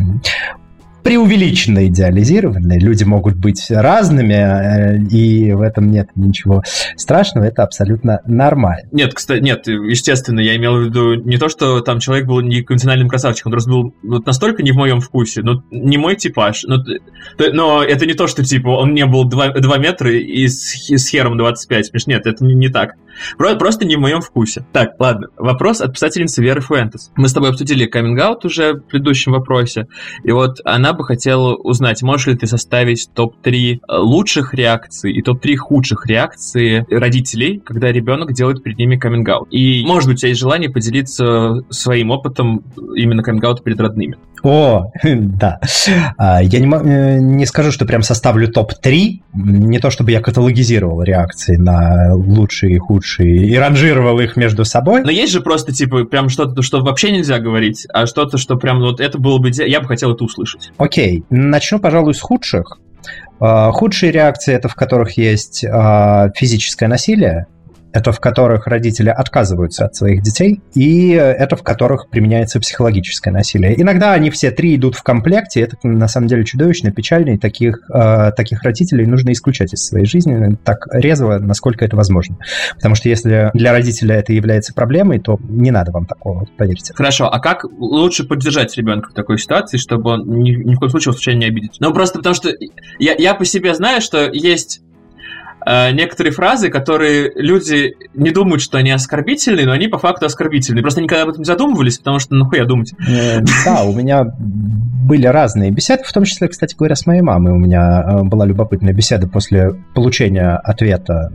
[SPEAKER 1] преувеличенно идеализированные. Люди могут быть разными, и в этом нет ничего страшного, это абсолютно нормально.
[SPEAKER 2] Нет, кстати, нет, естественно, я имел в виду не то, что там человек был не конвенциональным красавчиком, он просто был вот настолько не в моем вкусе, ну, не мой типаж, но, но это не то, что, типа, он не был два метра и с, с хером двадцать пять, потому что нет, это не, не так. Просто не в моем вкусе. Так, ладно, вопрос от писательницы Веры Фуэнтес. Мы с тобой обсудили каминг-аут уже в предыдущем вопросе, и вот она бы хотела узнать, можешь ли ты составить топ три лучших реакций и топ три худших реакций родителей, когда ребенок делает перед ними каминг-аут. И, может быть, у тебя есть желание поделиться своим опытом именно каминг-аута перед родными.
[SPEAKER 1] О, да. Я не, не скажу, что прям составлю топ три. Не то, чтобы я каталогизировал реакции на лучшие и худшие и ранжировал их между собой.
[SPEAKER 2] Но есть же просто, типа, прям что-то, что вообще нельзя говорить, а что-то, что прям вот это было бы... Я бы хотел это услышать.
[SPEAKER 1] Окей. Начну, пожалуй, с худших. Худшие реакции — это в которых есть физическое насилие. это в которых родители отказываются от своих детей, и это в которых применяется психологическое насилие. Иногда они все три идут в комплекте, это на самом деле чудовищно, печально, и таких, э, таких родителей нужно исключать из своей жизни так резво, насколько это возможно. Потому что если для родителя это является проблемой, то не надо вам такого, поверьте.
[SPEAKER 2] Хорошо, а как лучше поддержать ребенка в такой ситуации, чтобы он ни, ни в коем случае случайно не обидеть? Ну, просто потому что я, я по себе знаю, что есть э, некоторые фразы, которые люди не думают, что они оскорбительные, но они по факту оскорбительные. Просто никогда об этом не задумывались, потому что нахуя думать?
[SPEAKER 1] Э, да, у меня были разные беседы, в том числе, кстати говоря, с моей мамой. У меня была любопытная беседа после получения ответа.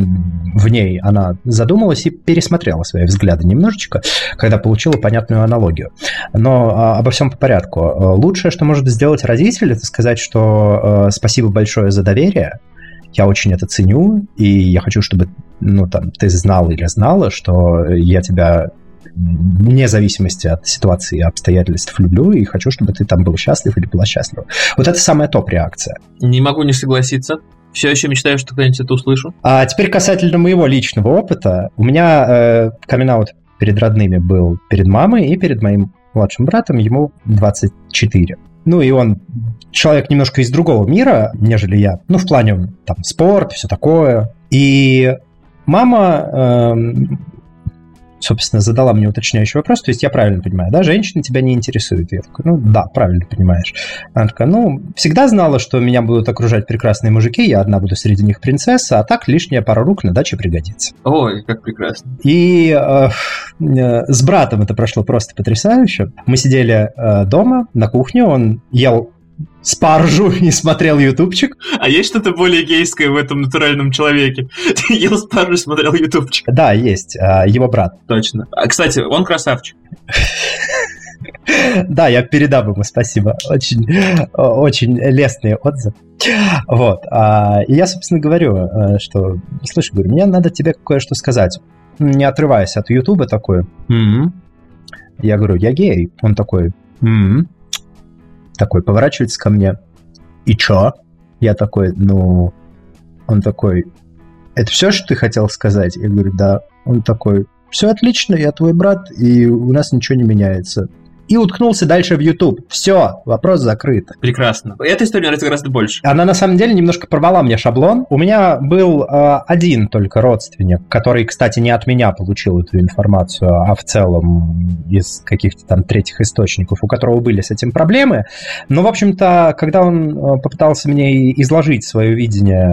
[SPEAKER 1] В ней она задумалась и пересмотрела свои взгляды немножечко, когда получила понятную аналогию. Но обо всем по порядку. Лучшее, что может сделать родитель, это сказать, что спасибо большое за доверие, я очень это ценю, и я хочу, чтобы ну, там, ты знал или знала, что я тебя вне зависимости от ситуации и обстоятельств люблю, и хочу, чтобы ты там был счастлив или была счастлива. Вот это самая топ-реакция.
[SPEAKER 2] Не могу не согласиться. Все еще мечтаю, что когда-нибудь это услышу.
[SPEAKER 1] А теперь касательно моего личного опыта. У меня э, камин-аут перед родными был перед мамой и перед моим младшим братом, ему двадцать четыре. Ну, и он человек немножко из другого мира, нежели я. Ну, в плане там спорт, все такое. И мама... Э, собственно, задала мне уточняющий вопрос, то есть я правильно понимаю, да, женщины тебя не интересуют? Я такой, ну да, правильно понимаешь. Она такая, ну, всегда знала, что меня будут окружать прекрасные мужики, я одна буду среди них принцесса, а так лишняя пара рук на даче пригодится.
[SPEAKER 2] Ой, как прекрасно.
[SPEAKER 1] И э, э, с братом это прошло просто потрясающе. Мы сидели э, дома на кухне, он ел спаржу и смотрел ютубчик.
[SPEAKER 2] А есть что-то более гейское в этом натуральном человеке? Ты ел спаржу и смотрел ютубчик?
[SPEAKER 1] Да, есть. Его брат.
[SPEAKER 2] Точно. А, кстати, он красавчик.
[SPEAKER 1] Да, я передам ему, спасибо. Очень, очень лестный отзыв. Вот. И я, собственно, говорю, что, слушай, говорю, мне надо тебе кое-что сказать. Не отрываясь от ютуба такой. Mm-hmm. Я говорю, я гей. Он такой, mm-hmm. такой, поворачивается ко мне. И чё? Я такой, ну... Он такой, это все, что ты хотел сказать? Я говорю, да. Он такой, все отлично, я твой брат, и у нас ничего не меняется. И уткнулся дальше в YouTube. Все, вопрос закрыт.
[SPEAKER 2] Прекрасно. Эта история нравится гораздо больше.
[SPEAKER 1] Она на самом деле немножко порвала мне шаблон. У меня был э, один только родственник, который, кстати, не от меня получил эту информацию, а в целом из каких-то там третьих источников, у которого были с этим проблемы. Но, в общем-то, когда он попытался мне изложить свое видение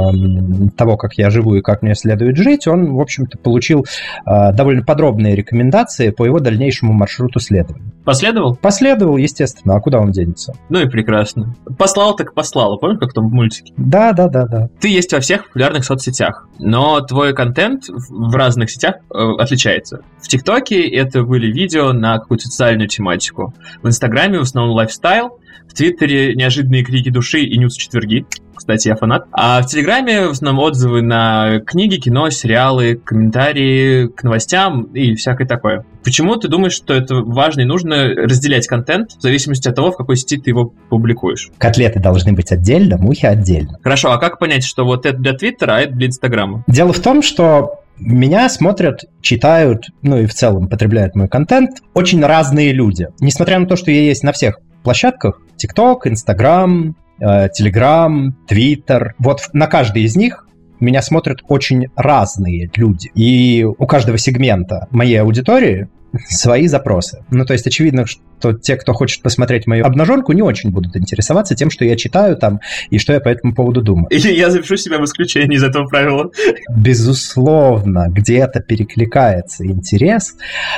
[SPEAKER 1] э, того, как я живу и как мне следует жить, он, в общем-то, получил э, довольно подробные рекомендации по его дальнейшему маршруту следования.
[SPEAKER 2] Последовал?
[SPEAKER 1] Последовал, естественно. А куда он денется?
[SPEAKER 2] Ну и прекрасно. Послал так послал. Помнишь, как там в мультике?
[SPEAKER 1] Да, да, да, да.
[SPEAKER 2] Ты есть во всех популярных соцсетях, но твой контент в разных сетях э, отличается. В ТикТоке это были видео на какую-то социальную тематику. В Инстаграме в основном лайфстайл. В Твиттере неожиданные крики души и ньюс-четверги. Кстати, я фанат. А в Телеграме в основном отзывы на книги, кино, сериалы, комментарии к новостям и всякое такое. Почему ты думаешь, что это важно и нужно разделять контент в зависимости от того, в какой сети ты его публикуешь?
[SPEAKER 1] Котлеты должны быть отдельно, мухи отдельно.
[SPEAKER 2] Хорошо, а как понять, что вот это для Твиттера, а это для Инстаграма?
[SPEAKER 1] Дело в том, что меня смотрят, читают, ну и в целом потребляют мой контент очень разные люди. Несмотря на то, что я есть на всех площадках, ТикТок, Инстаграм, Телеграм, Твиттер. Вот на каждый из них меня смотрят очень разные люди. И у каждого сегмента моей аудитории свои запросы. Ну, то есть очевидно, что те, кто хочет посмотреть мою обнаженку, не очень будут интересоваться тем, что я читаю там и что я по этому поводу думаю.
[SPEAKER 2] И я запишу себя в исключение из этого правила.
[SPEAKER 1] Безусловно, где-то перекликается интерес,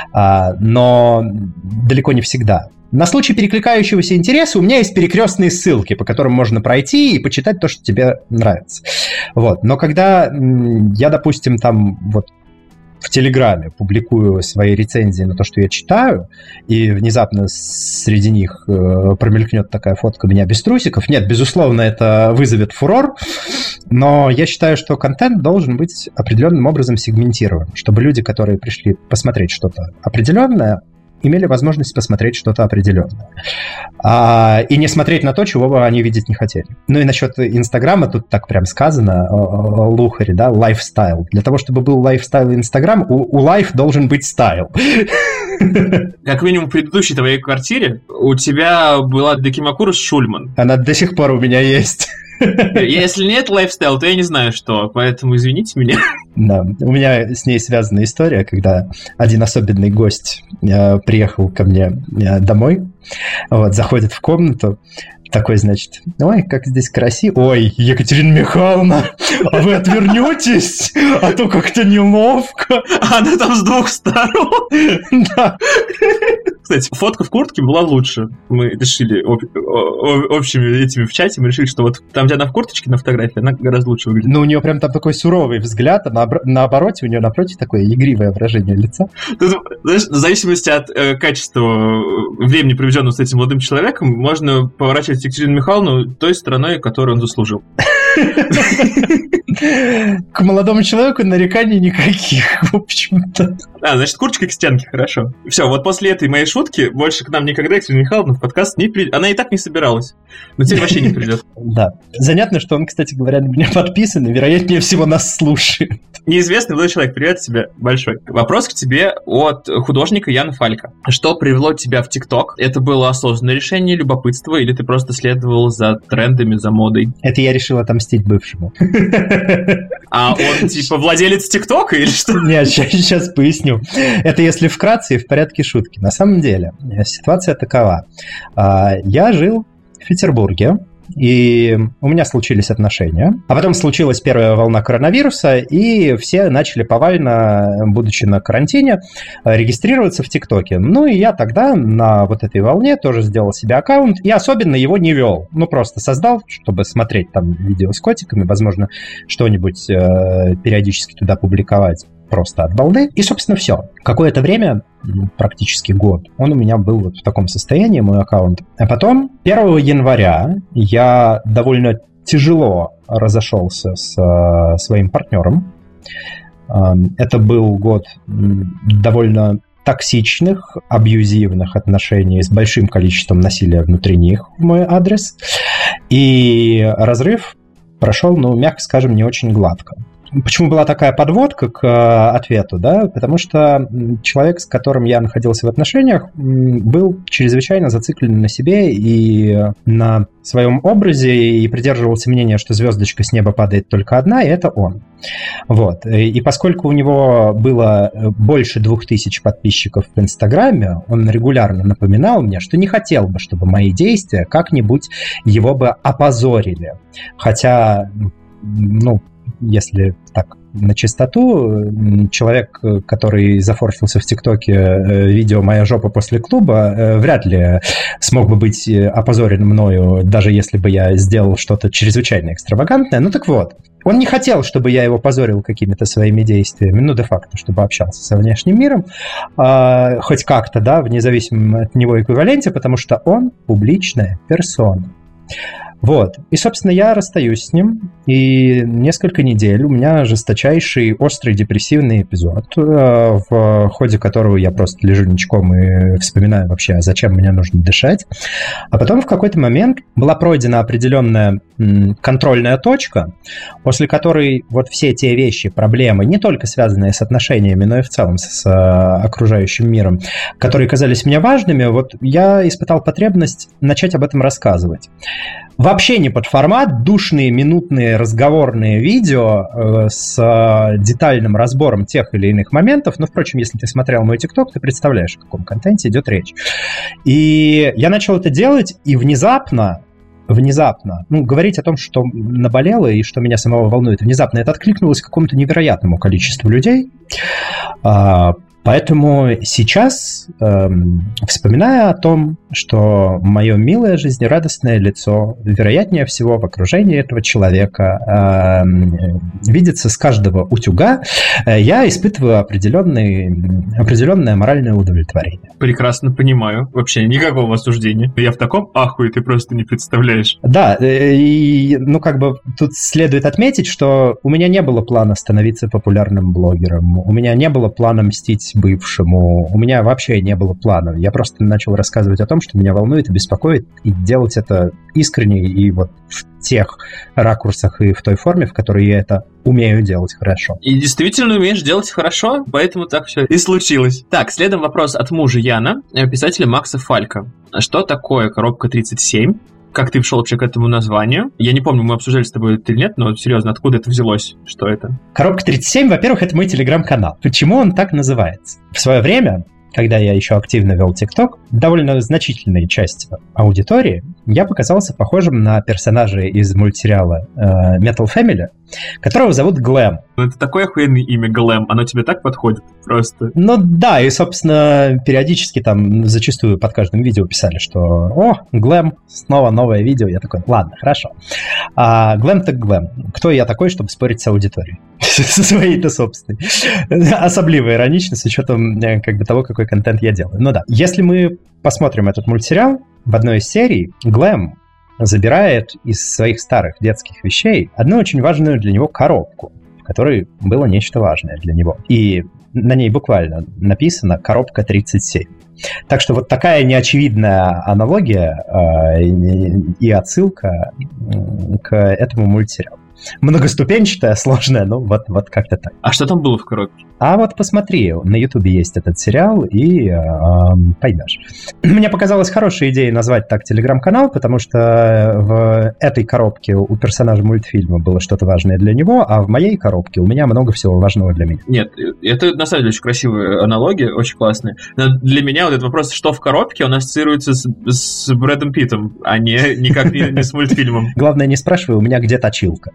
[SPEAKER 1] но далеко не всегда. На случай перекликающегося интереса у меня есть перекрестные ссылки, по которым можно пройти и почитать то, что тебе нравится. Вот. Но когда я, допустим, там вот в Телеграме публикую свои рецензии на то, что я читаю, и внезапно среди них промелькнет такая фотка меня без трусиков, нет, безусловно, это вызовет фурор, но я считаю, что контент должен быть определенным образом сегментирован, чтобы люди, которые пришли посмотреть что-то определенное, имели возможность посмотреть что-то определенное. А, и не смотреть на то, чего они видеть не хотели. Ну и насчет Инстаграма, тут так прям сказано, лухари, да, лайфстайл. Для того, чтобы был лайфстайл Инстаграм, у, у лайф должен быть стайл.
[SPEAKER 2] Как минимум в предыдущей твоей квартире у тебя была Декимакура Шульман.
[SPEAKER 1] Она до сих пор у меня есть.
[SPEAKER 2] Если нет лайфстайл, то я не знаю что, поэтому извините меня.
[SPEAKER 1] Да, у меня с ней связана история, когда один особенный гость э, приехал ко мне э, домой, вот, заходит в комнату, такой, значит, ой, как здесь красиво. Ой, Екатерина Михайловна, а вы отвернетесь? А то как-то неловко.
[SPEAKER 2] Она там с двух сторон.
[SPEAKER 1] Да.
[SPEAKER 2] Кстати, фотка в куртке была лучше. Мы решили об, о, общими этими в чате, мы решили, что вот там, где она в курточке на фотографии, она гораздо лучше выглядит.
[SPEAKER 1] Ну, у нее прям там такой суровый взгляд, а на, на обороте у нее напротив такое игривое выражение лица.
[SPEAKER 2] Тут, знаешь, в зависимости от э, качества времени, проведенного с этим молодым человеком, можно поворачивать Екатерину Михайловну той стороной, которую он заслужил.
[SPEAKER 1] К молодому человеку нареканий никаких, в общем-то.
[SPEAKER 2] А, значит, курточка к стенке, хорошо. Все, вот после этой моей шутки больше к нам никогда Екатерина Михайловна в подкаст не придет. Она и так не собиралась, но теперь вообще не придет.
[SPEAKER 1] Да. Занятно, что он, кстати говоря, на меня подписан, и, вероятнее всего, нас слушает.
[SPEAKER 2] Неизвестный молодой человек, привет тебе большой. Вопрос к тебе от художника Яна Фалька. Что привело тебя в ТикТок? Это было осознанное решение, любопытство, или ты просто следовал за трендами, за модой?
[SPEAKER 1] Это я решил отомстить бывшему.
[SPEAKER 2] А он типа владелец ТикТока или что?
[SPEAKER 1] Нет, сейчас поясню. Это если вкратце и в порядке шутки. На самом деле ситуация такова. Я жил в Петербурге, и у меня случились отношения. А потом случилась первая волна коронавируса, и все начали повально, будучи на карантине, регистрироваться в ТикТоке. Ну и я тогда на вот этой волне тоже сделал себе аккаунт, и особенно его не вел. Ну, просто создал, чтобы смотреть там видео с котиками, возможно, что-нибудь э, периодически туда публиковать. Просто от балды. И, собственно, все. Какое-то время, практически год, он у меня был вот в таком состоянии, мой аккаунт. А потом, первого января, я довольно тяжело разошелся с э, своим партнером. Э, это был год довольно токсичных, абьюзивных отношений с большим количеством насилия внутри них в мой адрес. И разрыв прошел, ну, мягко скажем, не очень гладко. Почему была такая подводка к э, ответу, да? Потому что человек, с которым я находился в отношениях, был чрезвычайно зациклен на себе и на своем образе, и придерживался мнения, что звездочка с неба падает только одна, и это он. Вот. И поскольку у него было больше двух тысяч подписчиков в Инстаграме, он регулярно напоминал мне, что не хотел бы, чтобы мои действия как-нибудь его бы опозорили. Хотя, ну, если так на чистоту, человек, который зафорсился в ТикТоке видео «Моя жопа после клуба», вряд ли смог бы быть опозорен мною, даже если бы я сделал что-то чрезвычайно экстравагантное. Ну так вот, он не хотел, чтобы я его позорил какими-то своими действиями, ну, де-факто, чтобы общался со внешним миром, э, хоть как-то, да, в независимом от него эквиваленте, потому что он публичная персона. Вот. И, собственно, я расстаюсь с ним, и несколько недель у меня жесточайший, острый, депрессивный эпизод, в ходе которого я просто лежу ничком и вспоминаю вообще, зачем мне нужно дышать. А потом в какой-то момент была пройдена определенная контрольная точка, после которой вот все те вещи, проблемы, не только связанные с отношениями, но и в целом с окружающим миром, которые казались мне важными, вот я испытал потребность начать об этом рассказывать. Вообще не под формат, душные минутные разговорные видео э, с э, детальным разбором тех или иных моментов. Но, впрочем, если ты смотрел мой ТикТок, ты представляешь, о каком контенте идет речь. И я начал это делать, и внезапно, внезапно, ну, говорить о том, что наболело и что меня самого волнует, внезапно это откликнулось какому-то невероятному количеству людей. А, Поэтому сейчас, э, вспоминая о том, что мое милое, жизнерадостное лицо, вероятнее всего, в окружении этого человека э, видится с каждого утюга, я испытываю определенный, определенное моральное удовлетворение.
[SPEAKER 2] Прекрасно понимаю. Вообще никакого осуждения. Я в таком ахуе, ты просто не представляешь.
[SPEAKER 1] Да, и, ну, как бы тут следует отметить, что у меня не было плана становиться популярным блогером, у меня не было плана мстить бывшему, у меня вообще не было плана. Я просто начал рассказывать о том, что меня волнует и беспокоит, и делать это искренне и вот в тех ракурсах и в той форме, в которой я это умею делать хорошо.
[SPEAKER 2] И действительно умеешь делать хорошо, поэтому так все и случилось. Так, следом вопрос от мужа Яна, писателя Макса Фалька. Что такое коробка тридцать семь? Как ты пришел вообще к этому названию? Я не помню, мы обсуждали с тобой это или нет, но серьезно, откуда это взялось? Что это?
[SPEAKER 1] Коробка тридцать семь, во-первых, это мой телеграм-канал. Почему он так называется? В свое время, когда я еще активно вел ТикТок, довольно значительной части аудитории я показался похожим на персонажа из мультсериала э, Metal Family, которого зовут Глэм.
[SPEAKER 2] Ну, это такое охуенное имя, Глэм. Оно тебе так подходит просто.
[SPEAKER 1] Ну да, и, собственно, периодически там зачастую под каждым видео писали, что «О, Глэм, снова новое видео». Я такой, ладно, хорошо. А Глэм так Глэм. Кто я такой, чтобы спорить с аудиторией? Со своей-то собственной. Особливо иронично, с учетом как бы того, какой контент я делаю. Ну да, если мы посмотрим этот мультсериал, в одной из серий Глэм забирает из своих старых детских вещей одну очень важную для него коробку, в которой было нечто важное для него. И на ней буквально написано «коробка тридцать семь». Так что вот такая неочевидная аналогия э, и отсылка к этому мультсериалу. Многоступенчатая, сложная, но вот, вот как-то так.
[SPEAKER 2] А что там было в коробке?
[SPEAKER 1] А вот посмотри, на Ютубе есть этот сериал, и э, поймешь. Мне показалась хорошая идея назвать так телеграм-канал, потому что в этой коробке у персонажа мультфильма было что-то важное для него, а в моей коробке у меня много всего важного для меня.
[SPEAKER 2] Нет, это на самом деле очень красивая аналогия, очень классная. Но для меня вот этот вопрос, что в коробке, он ассоциируется с, с Брэдом Питтом, а не никак не, не с мультфильмом.
[SPEAKER 1] Главное, не спрашивай, у меня где точилка.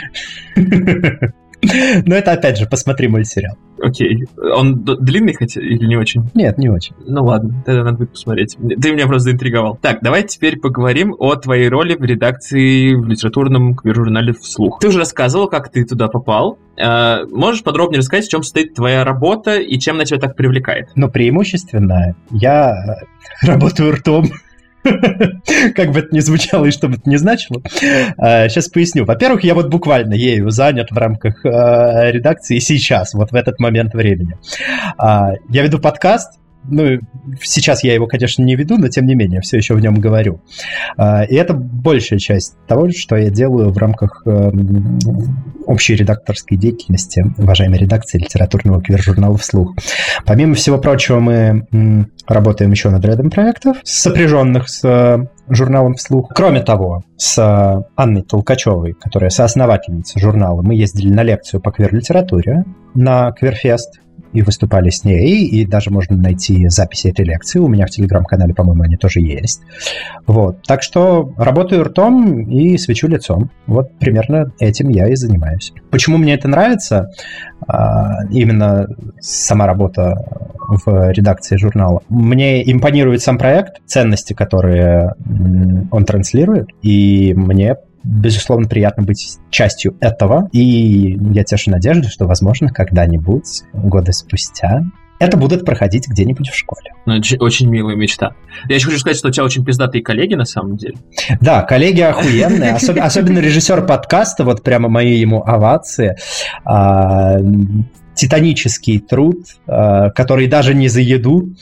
[SPEAKER 1] Но это, опять же, посмотри мультсериал.
[SPEAKER 2] Окей. Он длинный хотя или не очень?
[SPEAKER 1] Нет, не очень.
[SPEAKER 2] Ну ладно, тогда надо будет посмотреть. Ты меня просто заинтриговал. Так, давай теперь поговорим о твоей роли в редакции в литературном квир-журнале «Вслух». Ты уже рассказывал, как ты туда попал. А, можешь подробнее рассказать, в чем состоит твоя работа и чем она тебя так привлекает?
[SPEAKER 1] Ну, преимущественно я работаю ртом. Как бы это ни звучало и что бы это ни значило. Сейчас поясню. Во-первых, я вот буквально ею занят в рамках редакции сейчас, вот в этот момент времени. Я веду подкаст. Ну, сейчас я его, конечно, не веду, но тем не менее, все еще в нем говорю. И это большая часть того, что я делаю в рамках общей редакторской деятельности уважаемой редакции литературного квир-журнала «Вслух». Помимо всего прочего, мы работаем еще над рядом проектов, сопряженных с журналом «Вслух». Кроме того, с Анной Толкачевой, которая соосновательница журнала, мы ездили на лекцию по квир-литературе на Квирфест и выступали с ней, и даже можно найти записи этой лекции. У меня в телеграм-канале, по-моему, они тоже есть. Вот. Так что работаю ртом и свечу лицом. Вот примерно этим я и занимаюсь. Почему мне это нравится? Именно сама работа в редакции журнала. Мне импонирует сам проект, ценности, которые он транслирует, и мне безусловно, приятно быть частью этого, и я тешу надежду, что, возможно, когда-нибудь, годы спустя, это будет проходить где-нибудь в школе.
[SPEAKER 2] Очень, очень милая мечта. Я еще хочу сказать, что у тебя очень пиздатые коллеги, на самом деле.
[SPEAKER 1] Да, коллеги охуенные, особенно, особенно режиссер подкаста, вот прямо мои ему овации. Титанический труд, который даже не за еду.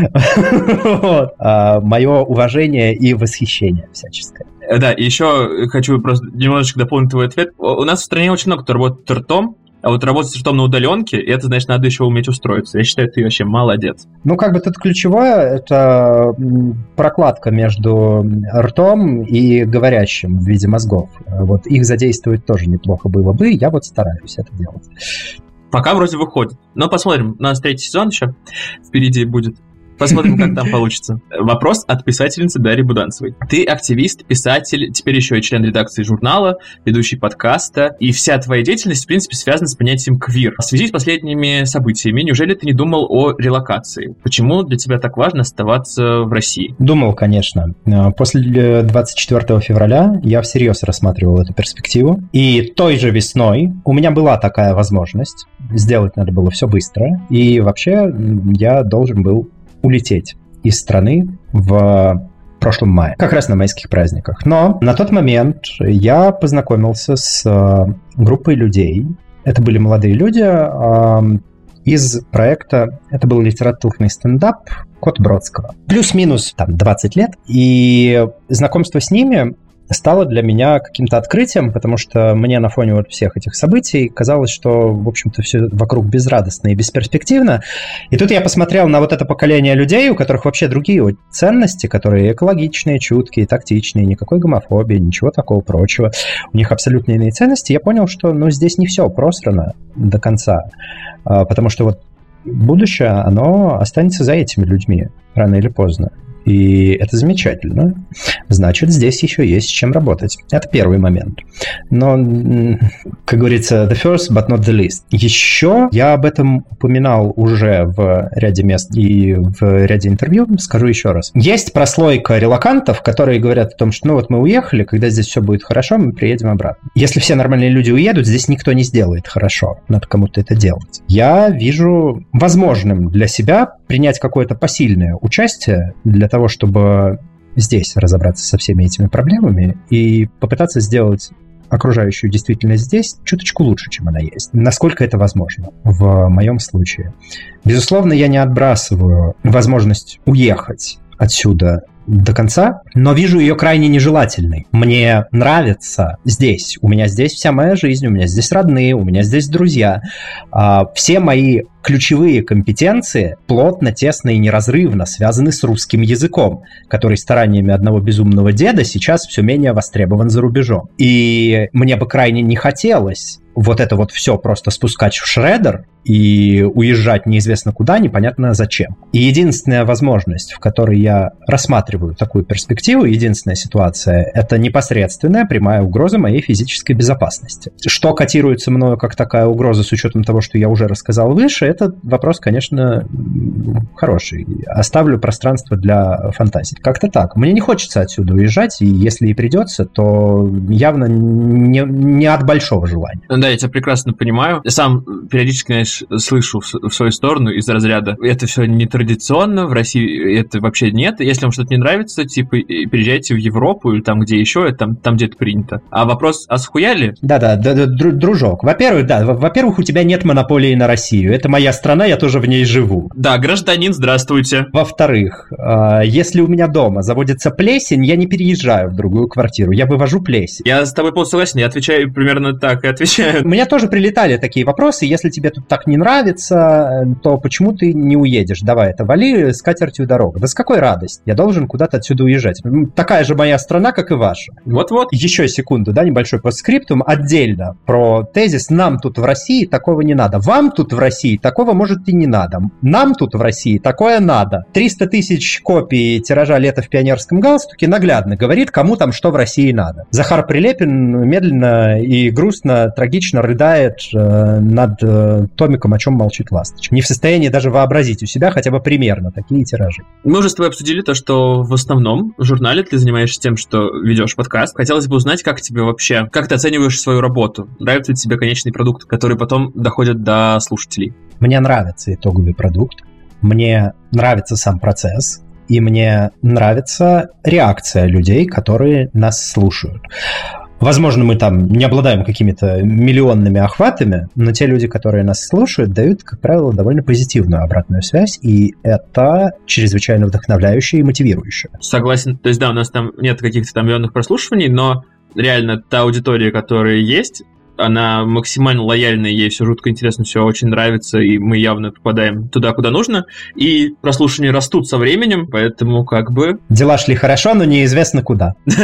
[SPEAKER 1] Мое уважение и восхищение всяческое.
[SPEAKER 2] Да, и еще хочу просто немножечко дополнить твой ответ. У нас в стране очень много кто работает ртом, а вот работать с ртом на удаленке, это, значит, надо еще уметь устроиться. Я считаю, ты вообще молодец.
[SPEAKER 1] Ну, как бы тут ключевое, это прокладка между ртом и говорящим в виде мозгов. Вот их задействовать тоже неплохо было бы, я вот стараюсь это делать.
[SPEAKER 2] Пока вроде выходит. Но посмотрим, у нас третий сезон еще впереди будет. Посмотрим, как там получится. Вопрос от писательницы Дарьи Буданцевой. Ты активист, писатель, теперь еще и член редакции журнала, ведущий подкаста, и вся твоя деятельность, в принципе, связана с понятием квир. В связи с последними событиями, неужели ты не думал о релокации? Почему для тебя так важно оставаться в России?
[SPEAKER 1] Думал, конечно. После двадцать четвёртого февраля я всерьез рассматривал эту перспективу, и той же весной у меня была такая возможность. Сделать надо было все быстро, и вообще я должен был улететь из страны в прошлом мае, как раз на майских праздниках. Но на тот момент я познакомился с группой людей. Это были молодые люди из проекта, это был литературный стендап «Кот Бродского». Плюс-минус там двадцать лет. И знакомство с ними стало для меня каким-то открытием, потому что мне на фоне вот всех этих событий казалось, что, в общем-то, все вокруг безрадостно и бесперспективно. И тут я посмотрел на вот это поколение людей, у которых вообще другие ценности, которые экологичные, чуткие, тактичные, никакой гомофобии, ничего такого прочего. У них абсолютно иные ценности. Я понял, что ну, здесь не все просрано до конца, потому что вот будущее, оно останется за этими людьми рано или поздно. И это замечательно. Значит, здесь еще есть с чем работать. Это первый момент. Но, как говорится, the first, but not the least. Еще я об этом упоминал уже в ряде мест и в ряде интервью. Скажу еще раз. Есть прослойка релокантов, которые говорят о том, что ну вот мы уехали, когда здесь все будет хорошо, мы приедем обратно. Если все нормальные люди уедут, здесь никто не сделает хорошо. Надо кому-то это делать. Я вижу возможным для себя принять какое-то посильное участие для того, чтобы здесь разобраться со всеми этими проблемами и попытаться сделать окружающую действительность здесь чуточку лучше, чем она есть. Насколько это возможно в моем случае. Безусловно, я не отбрасываю возможность уехать отсюда до конца, но вижу ее крайне нежелательной. Мне нравится здесь. У меня здесь вся моя жизнь, у меня здесь родные, у меня здесь друзья. Все мои ключевые компетенции плотно, тесно и неразрывно связаны с русским языком, который стараниями одного безумного деда сейчас все менее востребован за рубежом. И мне бы крайне не хотелось вот это вот все просто спускать в шредер и уезжать неизвестно куда, непонятно зачем. И единственная возможность, в которой я рассматриваю такую перспективу, единственная ситуация, это непосредственная прямая угроза моей физической безопасности. Что котируется мною как такая угроза с учетом того, что я уже рассказал выше, это вопрос, конечно, хороший. Оставлю пространство для фантазии. Как-то так. Мне не хочется отсюда уезжать, и если и придется, то явно не, не от большого желания.
[SPEAKER 2] Да, я тебя прекрасно понимаю. Я сам периодически, знаешь, слышу в свою сторону из разряда это все нетрадиционно, в России это вообще нет. Если вам что-то не нравится, типа, переезжайте в Европу или там, где еще, там, там где это принято. А вопрос, а схуяли?
[SPEAKER 1] Да-да, дружок. Во-первых, да, во-первых, у тебя нет монополии на Россию. Это моя страна, я тоже в ней живу.
[SPEAKER 2] Да, гражданин, здравствуйте.
[SPEAKER 1] Во-вторых, если у меня дома заводится плесень, я не переезжаю в другую квартиру, я вывожу плесень.
[SPEAKER 2] Я с тобой полностью согласен, я отвечаю примерно так и отвечаю.
[SPEAKER 1] У меня тоже прилетали такие вопросы, если тебе тут так не нравится, то почему ты не уедешь? Давай, это вали с катертью дорога. Да с какой радостью? Я должен куда-то отсюда уезжать. Такая же моя страна, как и ваша.
[SPEAKER 2] Вот-вот.
[SPEAKER 1] Еще секунду, да, небольшой постскриптум отдельно про тезис «нам тут в России такого не надо». Вам тут в России такого, может, и не надо. Нам тут в России такое надо. триста тысяч копий тиража «Лето в пионерском галстуке» наглядно говорит, кому там что в России надо. Захар Прилепин медленно и грустно, трагично рыдает э, над э, томиком «О чем молчит ласточка». Не в состоянии даже вообразить у себя хотя бы примерно такие тиражи.
[SPEAKER 2] Мы уже с тобой обсудили то, что в основном в журнале ты занимаешься тем, что ведешь подкаст. Хотелось бы узнать, как тебе вообще, как ты оцениваешь свою работу? Нравится ли тебе конечный продукт, который потом доходит до слушателей?
[SPEAKER 1] Мне нравится итоговый продукт, мне нравится сам процесс, и мне нравится реакция людей, которые нас слушают. Возможно, мы там не обладаем какими-то миллионными охватами, но те люди, которые нас слушают, дают, как правило, довольно позитивную обратную связь, и это чрезвычайно вдохновляюще и мотивирующе.
[SPEAKER 2] Согласен. То есть, да, у нас там нет каких-то там миллионных прослушиваний, но реально та аудитория, которая есть, она максимально лояльная, ей все жутко интересно, все очень нравится, и мы явно попадаем туда, куда нужно. И прослушивания растут со временем, поэтому как бы...
[SPEAKER 1] Дела шли хорошо, но неизвестно куда.
[SPEAKER 2] Да.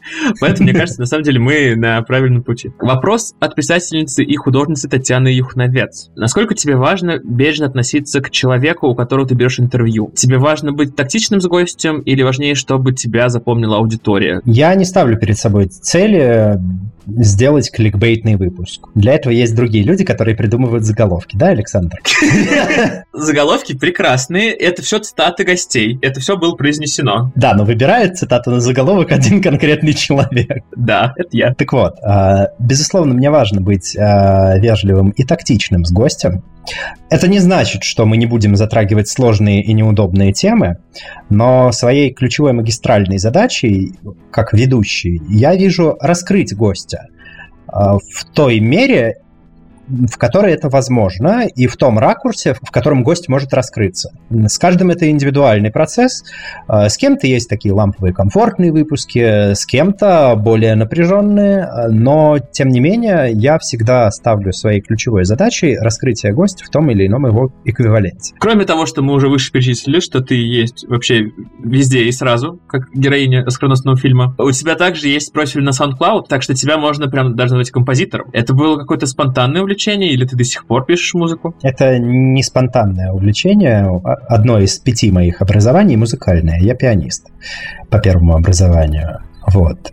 [SPEAKER 2] Поэтому, мне кажется, на самом деле мы на правильном пути. Вопрос от писательницы и художницы Татьяны Юхновец. Насколько тебе важно бережно относиться к человеку, у которого ты берешь интервью? Тебе важно быть тактичным с гостем или важнее, чтобы тебя запомнила аудитория?
[SPEAKER 1] Я не ставлю перед собой цели сделать кликбейтный выпуск. Для этого есть другие люди, которые придумывают заголовки. Да, Александр?
[SPEAKER 2] Заголовки прекрасные. Это все цитаты гостей. Это все было произнесено.
[SPEAKER 1] Да, но выбирает цитату на заголовок один конкретный человек.
[SPEAKER 2] Да, это я.
[SPEAKER 1] Так вот, безусловно, мне важно быть вежливым и тактичным с гостем. Это не значит, что мы не будем затрагивать сложные и неудобные темы, но своей ключевой магистральной задачей, как ведущий, я вижу раскрыть гостя в той мере, в которой это возможно, и в том ракурсе, в котором гость может раскрыться. С каждым это индивидуальный процесс. С кем-то есть такие ламповые комфортные выпуски, с кем-то более напряженные, но, тем не менее, я всегда ставлю своей ключевой задачей раскрытие гостя в том или ином его эквиваленте.
[SPEAKER 2] Кроме того, что мы уже выше перечислили, что ты есть вообще везде и сразу, как героиня оскароносного фильма, у тебя также есть профиль на SoundCloud, так что тебя можно прям даже назвать композитором. Это было какое-то спонтанное увлечение, или ты до сих пор пишешь музыку?
[SPEAKER 1] Это не спонтанное увлечение. Одно из пяти моих образований музыкальное. Я пианист по первому образованию. Вот.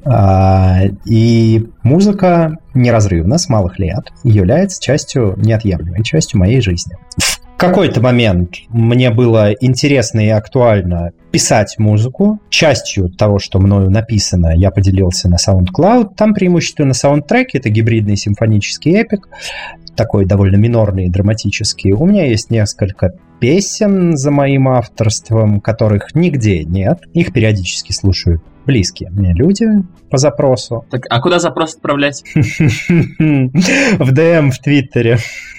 [SPEAKER 1] И музыка неразрывно с малых лет является частью, неотъемлемой частью моей жизни. В какой-то момент мне было интересно и актуально писать музыку. Частью того, что мною написано, я поделился на SoundCloud. Там преимущественно саундтреки, это гибридный симфонический эпик, такой довольно минорный и драматический. У меня есть несколько песен за моим авторством, которых нигде нет. Их периодически слушают близкие мне люди по запросу.
[SPEAKER 2] Так, а куда запрос отправлять?
[SPEAKER 1] В ди эм в Твиттере.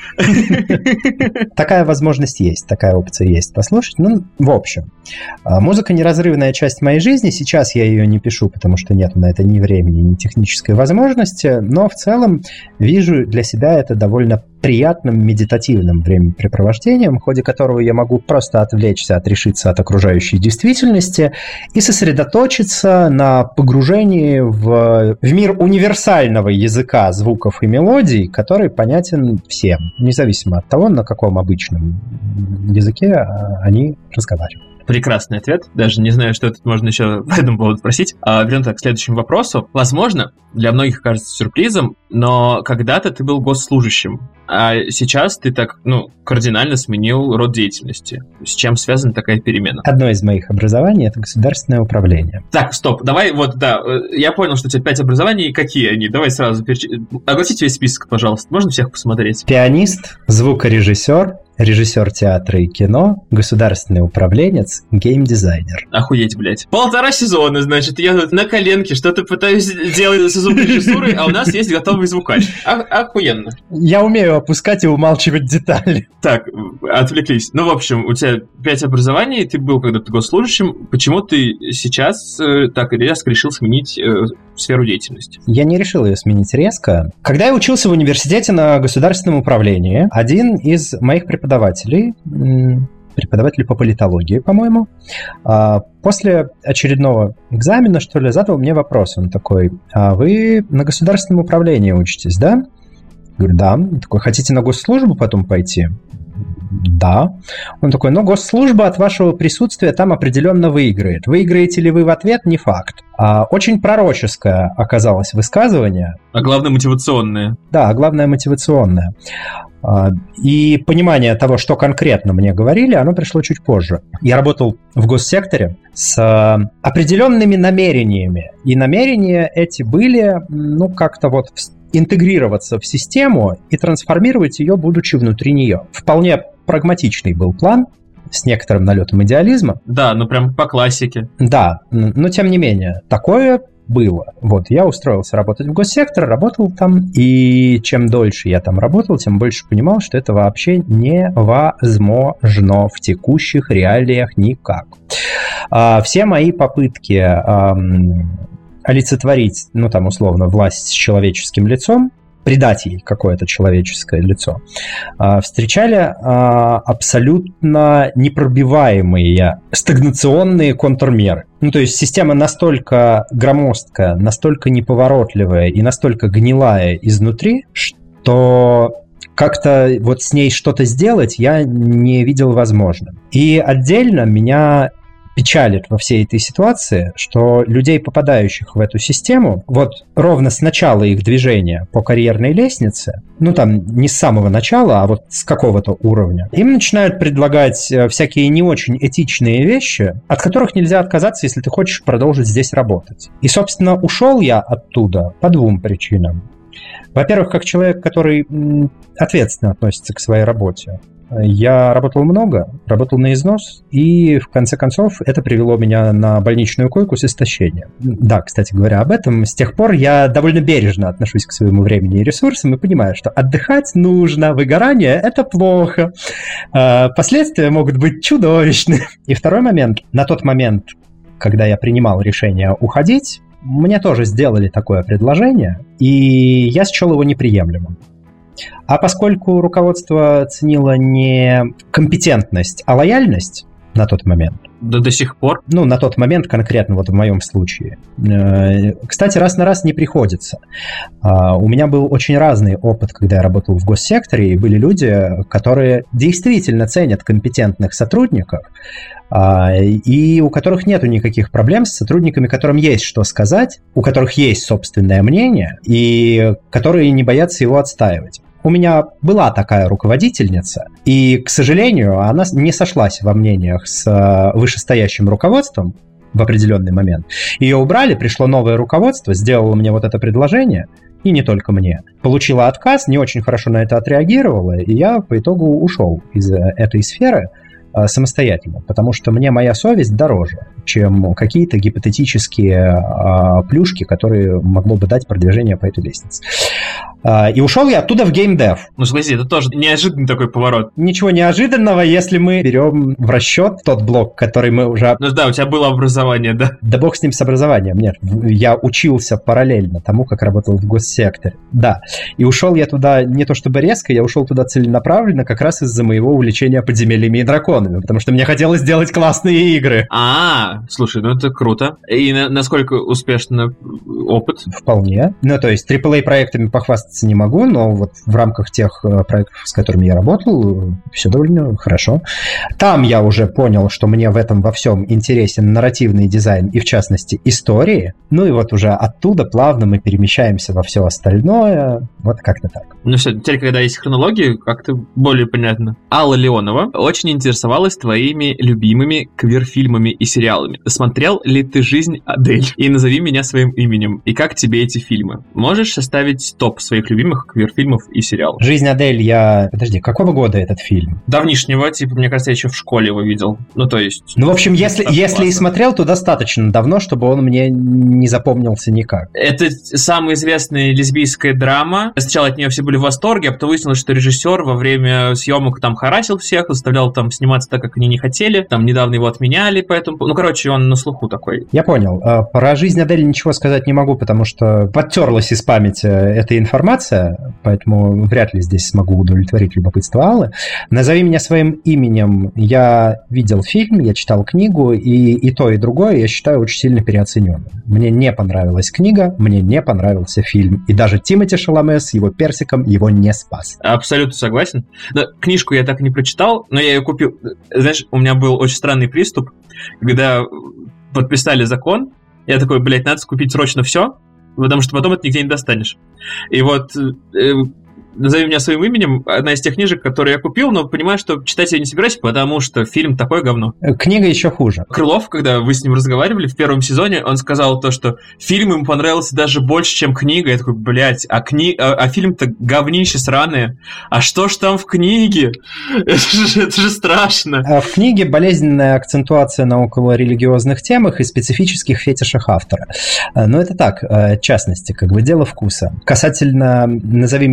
[SPEAKER 1] Такая возможность есть, такая опция есть послушать. Ну, в общем, музыка неразрывная часть моей жизни. Сейчас я ее не пишу, потому что нет на это ни времени, ни технической возможности, но в целом вижу для себя это довольно приятным медитативным времяпрепровождением, в ходе которого я могу просто отвлечься, отрешиться от окружающей действительности и сосредоточиться на погружении в, в мир универсального языка звуков и мелодий, который понятен всем, независимо от того, на каком обычном языке они разговаривают.
[SPEAKER 2] Прекрасный ответ. Даже не знаю, что тут можно еще по этому поводу спросить. А, вернем так к следующему вопросу. Возможно, для многих кажется сюрпризом, но когда-то ты был госслужащим, а сейчас ты так, ну, кардинально сменил род деятельности. С чем связана такая перемена?
[SPEAKER 1] Одно из моих образований — это государственное управление.
[SPEAKER 2] Так, стоп, давай, вот, да, я понял, что у тебя пять образований, и какие они? Давай сразу переч... огласите весь список, пожалуйста. Можно всех посмотреть?
[SPEAKER 1] Пианист, звукорежиссер, режиссер театра и кино, государственный управленец, геймдизайнер.
[SPEAKER 2] Охуеть, блядь. Полтора сезона, значит, я тут на коленке что-то пытаюсь делать со звукорежиссурой, а у нас есть готовый звукач. Ох- охуенно.
[SPEAKER 1] Я умею опускать и умалчивать детали.
[SPEAKER 2] Так, отвлеклись. Ну, в общем, у тебя пять образований, ты был когда-то госслужащим. Почему ты сейчас э, так резко решил сменить э, сферу деятельности?
[SPEAKER 1] Я не решил ее сменить резко. Когда я учился в университете на государственном управлении, один из моих преподавателей, преподаватель по политологии, по-моему, после очередного экзамена, что ли, задал мне вопрос. Он такой: а вы на государственном управлении учитесь, да? Я говорю, да. Он такой: хотите на госслужбу потом пойти? Да. Он такой: ну, госслужба от вашего присутствия там определенно выиграет. Выиграете ли вы в ответ, не факт. А, очень пророческое оказалось высказывание.
[SPEAKER 2] А главное, мотивационное.
[SPEAKER 1] Да, а главное, мотивационное. А, и понимание того, что конкретно мне говорили, оно пришло чуть позже. Я работал в госсекторе с определенными намерениями. И намерения эти были, ну, как-то вот интегрироваться в систему и трансформировать ее, будучи внутри нее. Вполне прагматичный был план, с некоторым налетом идеализма.
[SPEAKER 2] Да, ну прям по классике.
[SPEAKER 1] Да, но тем не менее, такое было. Вот, я устроился работать в госсектор, работал там, и чем дольше я там работал, тем больше понимал, что это вообще невозможно в текущих реалиях никак. А, все мои попытки а, олицетворить, ну там условно, власть с человеческим лицом, придать ей какое-то человеческое лицо, встречали абсолютно непробиваемые стагнационные контрмеры. Ну, то есть система настолько громоздкая, настолько неповоротливая и настолько гнилая изнутри, что как-то вот с ней что-то сделать я не видел возможным. И отдельно меня печалит во всей этой ситуации, что людей, попадающих в эту систему, вот ровно с начала их движения по карьерной лестнице, ну там не с самого начала, а вот с какого-то уровня, им начинают предлагать всякие не очень этичные вещи, от которых нельзя отказаться, если ты хочешь продолжить здесь работать. И, собственно, ушел я оттуда по двум причинам. Во-первых, как человек, который ответственно относится к своей работе. Я работал много, работал на износ, и в конце концов это привело меня на больничную койку с истощением. Да, кстати говоря, об этом. С тех пор я довольно бережно отношусь к своему времени и ресурсам и понимаю, что отдыхать нужно, выгорание – это плохо, последствия могут быть чудовищны. И второй момент. На тот момент, когда я принимал решение уходить, мне тоже сделали такое предложение, и я счел его неприемлемым. А поскольку руководство ценило не компетентность, а лояльность на тот момент...
[SPEAKER 2] Да до сих пор?
[SPEAKER 1] Ну, на тот момент конкретно, вот в моем случае. Кстати, раз на раз не приходится. У меня был очень разный опыт, когда я работал в госсекторе, и были люди, которые действительно ценят компетентных сотрудников, и у которых нету никаких проблем с сотрудниками, которым есть что сказать, у которых есть собственное мнение, и которые не боятся его отстаивать. У меня была такая руководительница, и, к сожалению, она не сошлась во мнениях с вышестоящим руководством в определенный момент. Ее убрали, пришло новое руководство, сделало мне вот это предложение, и не только мне. Получила отказ, не очень хорошо на это отреагировала, и я по итогу ушел из этой сферы самостоятельно, потому что мне моя совесть дороже, чем какие-то гипотетические а, плюшки, которые могло бы дать продвижение по этой лестнице. А, и ушел я оттуда в геймдев.
[SPEAKER 2] Ну, смотри, это тоже неожиданный такой поворот.
[SPEAKER 1] Ничего неожиданного, если мы берем в расчет тот блок, который мы уже...
[SPEAKER 2] Ну да, у тебя было образование, да?
[SPEAKER 1] Да бог с ним, с образованием. Нет, я учился параллельно тому, как работал в госсекторе. Да. И ушел я туда не то чтобы резко, я ушел туда целенаправленно как раз из-за моего увлечения подземельями и драконами, потому что мне хотелось сделать классные игры.
[SPEAKER 2] А, слушай, ну это круто. И на, насколько успешно опыт?
[SPEAKER 1] Вполне. Ну, то есть эй эй эй-проектами похвастаться не могу, но вот в рамках тех проектов, с которыми я работал, все довольно хорошо. Там я уже понял, что мне в этом во всем интересен нарративный дизайн и, в частности, истории. Ну и вот уже оттуда плавно мы перемещаемся во все остальное. Вот как-то так.
[SPEAKER 2] Ну все, теперь, когда есть хронология, как-то более понятно. Алла Леонова очень интересовалась твоими любимыми квир-фильмами и сериалами. Смотрел ли ты «Жизнь Адель»? И назови меня своим именем. И как тебе эти фильмы? Можешь составить топ своих любимых квир-фильмов и сериалов?
[SPEAKER 1] «Жизнь Адель» я... Подожди, какого года этот фильм?
[SPEAKER 2] Давнишнего, типа, мне кажется, я еще в школе его видел. Ну, то есть...
[SPEAKER 1] Ну, в общем, если, если и смотрел, то достаточно давно, чтобы он мне не запомнился никак.
[SPEAKER 2] Это самая известная лесбийская драма. Сначала от нее все были в восторге, а потом выяснилось, что режиссер во время съемок там харасил всех, заставлял там сниматься так, как они не хотели. Там недавно его отменяли, поэтому... Ну, короче, он на слуху такой.
[SPEAKER 1] Я понял. Про «Жизнь Адель» ничего сказать не могу, потому что подтерлась из памяти эта информация, поэтому вряд ли здесь смогу удовлетворить любопытство Аллы. «Назови меня своим именем». Я видел фильм, я читал книгу, и, и то, и другое я считаю очень сильно переоцененным. Мне не понравилась книга, мне не понравился фильм. И даже Тимоти Шаламе с его персиком его не спас.
[SPEAKER 2] Абсолютно согласен. Но книжку я так и не прочитал, но я ее купил. Знаешь, у меня был очень странный приступ, когда подписали закон, я такой, блядь, надо скупить срочно все, потому что потом это нигде не достанешь. И вот... Э, «Назови меня своим именем» — одна из тех книжек, которые я купил, но понимаю, что читать я не собираюсь, потому что фильм такое говно.
[SPEAKER 1] Книга еще хуже.
[SPEAKER 2] Крылов, когда вы с ним разговаривали в первом сезоне, он сказал то, что фильм ему понравился даже больше, чем книга. Я такой, блядь, а, кни... а, а фильм-то говнище сраное. А что ж там в книге? Это же, это же страшно.
[SPEAKER 1] А в книге болезненная акцентуация на околорелигиозных темах и специфических фетишах автора. Но это так, частности, как бы дело вкуса. Касательно «Назови меня своим именем»,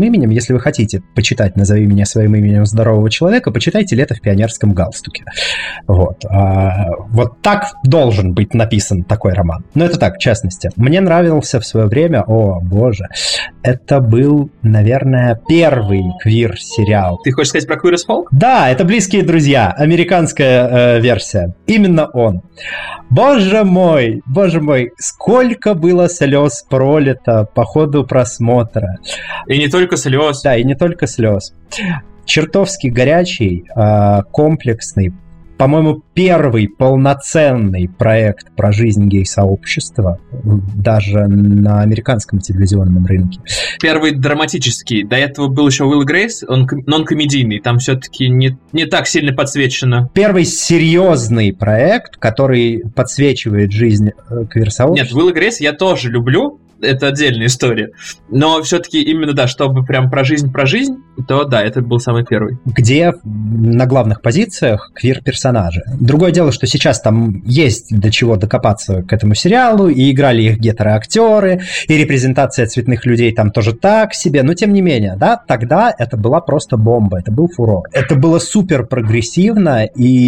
[SPEAKER 1] именем, если вы хотите почитать «Назови меня своим именем здорового человека», почитайте «Лето в пионерском галстуке». Вот. А, вот так должен быть написан такой роман. Но это так, в частности. Мне нравился в свое время, о боже, это был, наверное, первый квир-сериал.
[SPEAKER 2] Ты хочешь сказать про Queer as Folk?
[SPEAKER 1] Да, это «Близкие друзья», американская э, версия. Именно он. Боже мой, боже мой, сколько было слез пролито по ходу просмотра.
[SPEAKER 2] И не только слез.
[SPEAKER 1] Да, и не только слез. Чертовски горячий, э, комплексный, по-моему, первый полноценный проект про жизнь гей-сообщества даже на американском телевизионном рынке.
[SPEAKER 2] Первый драматический. До этого был еще Уилл и Грейс, он нон-комедийный, там все-таки не, не так сильно подсвечено.
[SPEAKER 1] Первый серьезный проект, который подсвечивает жизнь квир-сообщества.
[SPEAKER 2] Нет, Уилл и Грейс я тоже люблю, это отдельная история. Но все-таки именно, да, чтобы прям про жизнь, про жизнь, то да, это был самый первый.
[SPEAKER 1] Где на главных позициях квир-персонажи. Другое дело, что сейчас там есть до чего докопаться к этому сериалу, и играли их гетероактеры, и репрезентация цветных людей там тоже так себе, но тем не менее, да, тогда это была просто бомба, это был фурор. Это было супер прогрессивно,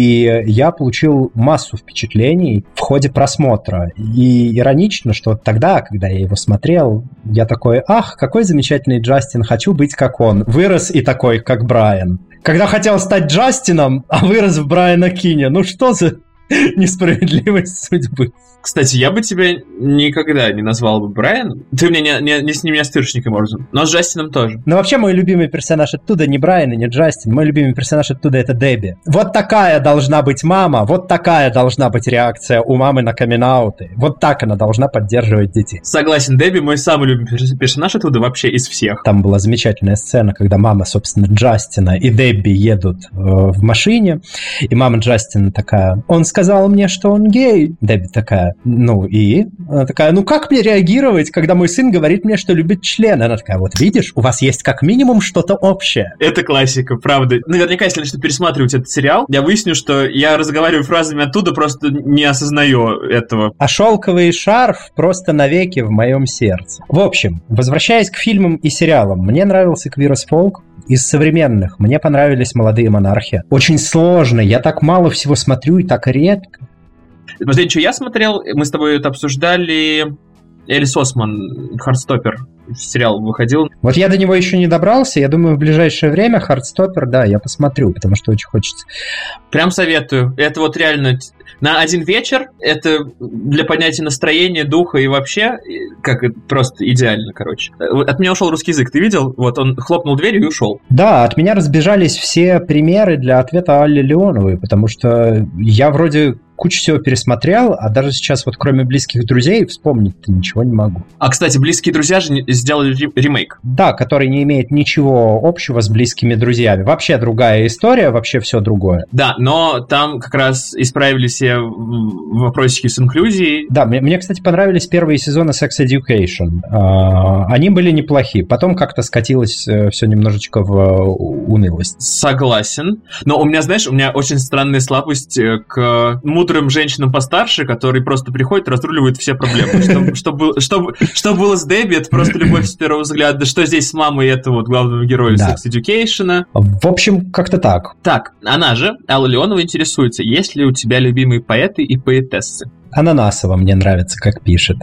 [SPEAKER 1] и я получил массу впечатлений в ходе просмотра. И иронично, что тогда, когда я его смотрел, я такой, ах, какой замечательный Джастин, хочу быть как он. Вырос и такой, как Брайан. Когда хотел стать Джастином, а вырос в Брайана Кине. Ну что за несправедливость судьбы?
[SPEAKER 2] Кстати, я бы тебя никогда не назвал бы Брайаном. Ты мне не, не, не с ним не стырчника, может. Но с Джастином тоже.
[SPEAKER 1] Но вообще мой любимый персонаж оттуда не Брайан и не Джастин. Мой любимый персонаж оттуда это Дебби. Вот такая должна быть мама, вот такая должна быть реакция у мамы на камин-ауты. Вот так она должна поддерживать детей.
[SPEAKER 2] Согласен, Дебби мой самый любимый персонаж оттуда вообще из всех.
[SPEAKER 1] Там была замечательная сцена, когда мама, собственно, Джастина и Дебби едут э, в машине, и мама Джастина такая, он сказал мне, что он гей. Дебби такая, ну и? Она такая, ну как мне реагировать, когда мой сын говорит мне, что любит член? Она такая, вот видишь, у вас есть как минимум что-то общее.
[SPEAKER 2] Это классика, правда. Наверняка, если начну пересматривать этот сериал, я выясню, что я разговариваю фразами оттуда, просто не осознаю этого.
[SPEAKER 1] А шелковый шарф просто навеки в моем сердце. В общем, возвращаясь к фильмам и сериалам, мне нравился Queer as Folk. Из современных мне понравились «Молодые монархи». Очень сложно, я так мало всего смотрю и так редко.
[SPEAKER 2] Последнее, что я смотрел, мы с тобой это обсуждали, Элис Осман, «Хардстоппер», сериал выходил.
[SPEAKER 1] Вот я до него еще не добрался, я думаю, в ближайшее время «Хардстоппер», да, я посмотрю, потому что очень хочется.
[SPEAKER 2] Прям советую. Это вот реально на один вечер, это для поднятия настроения, духа и вообще, как просто идеально, короче. От меня ушел русский язык, ты видел? Вот он хлопнул дверью и ушел.
[SPEAKER 1] Да, от меня разбежались все примеры для ответа Аллы Леоновой, потому что я вроде кучу всего пересмотрел, а даже сейчас вот кроме «Близких друзей» вспомнить-то ничего не могу.
[SPEAKER 2] А, кстати, «Близкие друзья» же сделали ремейк.
[SPEAKER 1] Да, который не имеет ничего общего с «Близкими друзьями». Вообще другая история, вообще все другое.
[SPEAKER 2] Да, но там как раз исправили все вопросики с инклюзией.
[SPEAKER 1] Да, мне, мне кстати, понравились первые сезоны Sex Education. А, они были неплохие. Потом как-то скатилось все немножечко в унылость.
[SPEAKER 2] Согласен. Но у меня, знаешь, у меня очень странная слабость к мудрым женщинам постарше, которые просто приходят и разруливают все проблемы. Что, что, было, что, что было с Дебби, это просто любовь с первого взгляда. Что здесь с мамой этого вот главного героя да. Sex Education.
[SPEAKER 1] В общем, как-то так.
[SPEAKER 2] Так, она же, Алла Леонова, интересуется, есть ли у тебя любимые поэты и поэтессы?
[SPEAKER 1] Ананасова мне нравится, как пишет.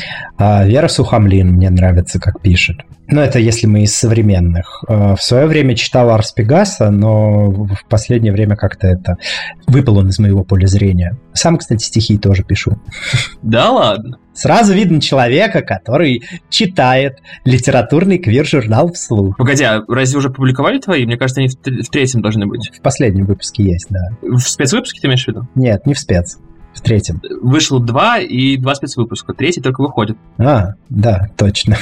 [SPEAKER 1] А Вера Сухомлин мне нравится, как пишет. Ну, это если мы из современных. В свое время читал Арс Пегаса, но в последнее время как-то это... Выпал он из моего поля зрения. Сам, кстати, стихи тоже пишу.
[SPEAKER 2] Да ладно?
[SPEAKER 1] Сразу видно человека, который читает литературный квир-журнал вслух.
[SPEAKER 2] Погоди, а разве уже публиковали твои? Мне кажется, они в третьем должны быть.
[SPEAKER 1] В последнем выпуске есть, да.
[SPEAKER 2] В спецвыпуске ты имеешь в виду?
[SPEAKER 1] Нет, не в спец. В третьем.
[SPEAKER 2] Вышло два и два спецвыпуска. Третий только выходит.
[SPEAKER 1] А, да, точно.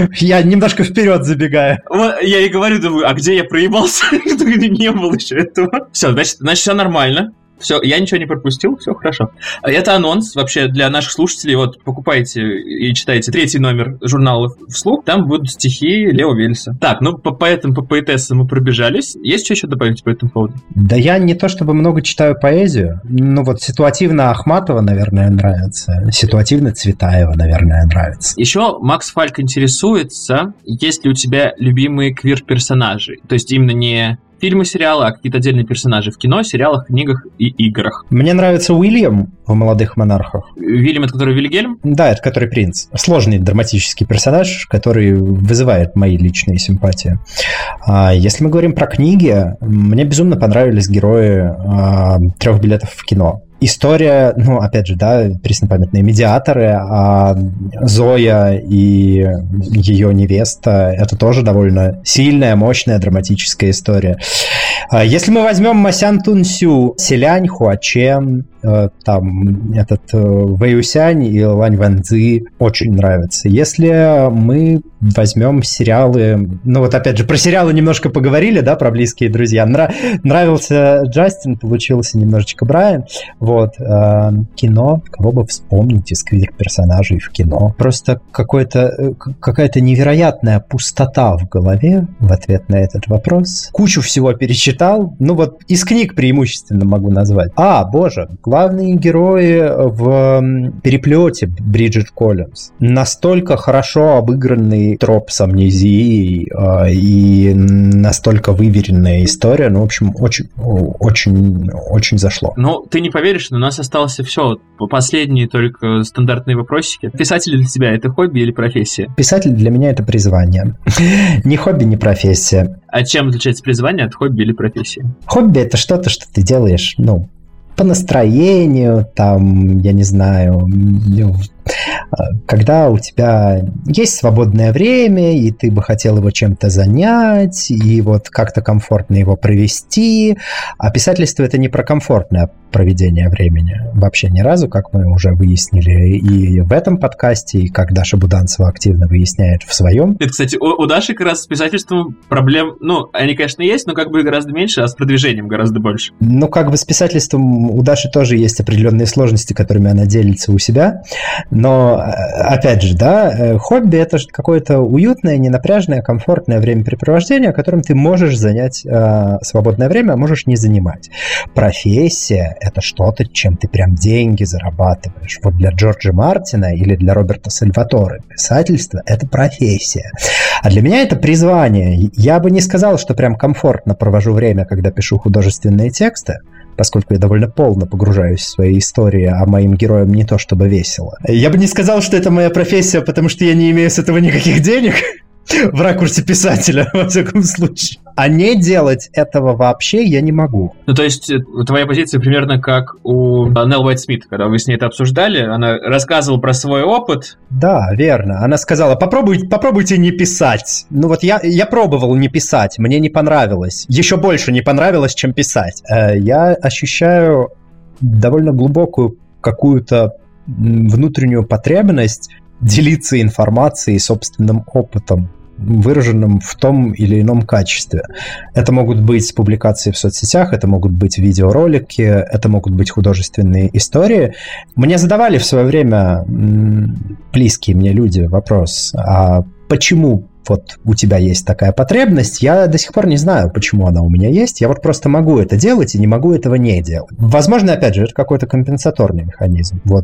[SPEAKER 1] Я немножко вперед забегаю.
[SPEAKER 2] Вот, я и говорю, думаю, а где я проебался? Не было еще этого. Все, значит, значит, все нормально. Все, я ничего не пропустил, все хорошо. Это анонс вообще для наших слушателей. Вот покупайте и читайте третий номер журнала «Вслух», там будут стихи Лео Вельса. Так, ну по поэтам, по поэтессам мы пробежались. Есть что еще добавить по этому поводу?
[SPEAKER 1] Да я не то чтобы много читаю поэзию, ну вот ситуативно Ахматова, наверное, нравится, ситуативно Цветаева, наверное, нравится.
[SPEAKER 2] Еще Макс Фальк интересуется, есть ли у тебя любимые квир-персонажи, то есть именно не фильмы, сериалы, а какие-то отдельные персонажи в кино, сериалах, книгах и играх.
[SPEAKER 1] Мне нравится Уильям в «Молодых монархах».
[SPEAKER 2] Уильям — это который Вильгельм?
[SPEAKER 1] Да, это который принц. Сложный драматический персонаж, который вызывает мои личные симпатии. Если мы говорим про книги, мне безумно понравились герои «Трех билетов в кино». История, ну, опять же, да, преснопамятные медиаторы, а Зоя и ее невеста — это тоже довольно сильная, мощная драматическая история. Если мы возьмем Масян Тунсю, Селянь, Хуачен, там этот Вэйюсянь и Лань Вэнцзи очень нравятся. Если мы возьмем сериалы, ну вот опять же, про сериалы немножко поговорили, да, про «Близкие друзья». Нра- нравился Джастин, получился немножечко Брайан. Вот. Э, кино, кого бы вспомнить из квир-персонажей в кино. Просто какой-то, какая-то невероятная пустота в голове в ответ на этот вопрос. Кучу всего перечитал. Ну вот из книг преимущественно могу назвать. А, боже, главные герои в «Переплете» Бриджит Коллинз. Настолько хорошо обыгранный троп с амнезией э, и настолько выверенная история. Ну, в общем, очень, очень, очень зашло.
[SPEAKER 2] Ну, ты не поверишь, но у нас осталось все. Последние только стандартные вопросики. Писатель для тебя — это хобби или профессия?
[SPEAKER 1] Писатель для меня — это призвание. Ни хобби, ни профессия.
[SPEAKER 2] А чем отличается призвание от хобби или профессии?
[SPEAKER 1] Хобби — это что-то, что ты делаешь, ну, по настроению, там, я не знаю, когда у тебя есть свободное время, и ты бы хотел его чем-то занять, и вот как-то комфортно его провести. А писательство — это не про комфортное проведение времени вообще ни разу, как мы уже выяснили и в этом подкасте, и как Даша Буданцева активно выясняет в своем.
[SPEAKER 2] Это, кстати, у, у Даши как раз с писательством проблем, ну, они, конечно, есть, но как бы гораздо меньше, а с продвижением гораздо больше.
[SPEAKER 1] Ну, как бы с писательством у Даши тоже есть определенные сложности, которыми она делится у себя. Но, опять же, да, хобби — это же какое-то уютное, ненапряжное, комфортное времяпрепровождение, которым ты можешь занять э, свободное время, а можешь не занимать. Профессия — это что-то, чем ты прям деньги зарабатываешь. Вот для Джорджа Мартина или для Роберта Сальваторе писательство — это профессия. А для меня это призвание. Я бы не сказал, что прям комфортно провожу время, когда пишу художественные тексты, поскольку я довольно полно погружаюсь в свои истории, а моим героям не то чтобы весело. Я бы не сказал, что это моя профессия, потому что я не имею с этого никаких денег в ракурсе писателя, во всяком случае. А не делать этого вообще я не могу.
[SPEAKER 2] Ну, то есть, твоя позиция примерно как у Нелл Уайт-Смит, когда вы с ней это обсуждали, она рассказывала про свой опыт.
[SPEAKER 1] Да, верно. Она сказала, попробуйте, попробуйте не писать. Ну вот я, я пробовал не писать, мне не понравилось. Еще больше не понравилось, чем писать. Я ощущаю довольно глубокую какую-то внутреннюю потребность делиться информацией и собственным опытом, выраженным в том или ином качестве. Это могут быть публикации в соцсетях, это могут быть видеоролики, это могут быть художественные истории. Мне задавали в свое время близкие мне люди вопрос, а почему вот у тебя есть такая потребность? Я до сих пор не знаю, почему она у меня есть. Я вот просто могу это делать и не могу этого не делать. Возможно, опять же, это какой-то компенсаторный механизм. Вот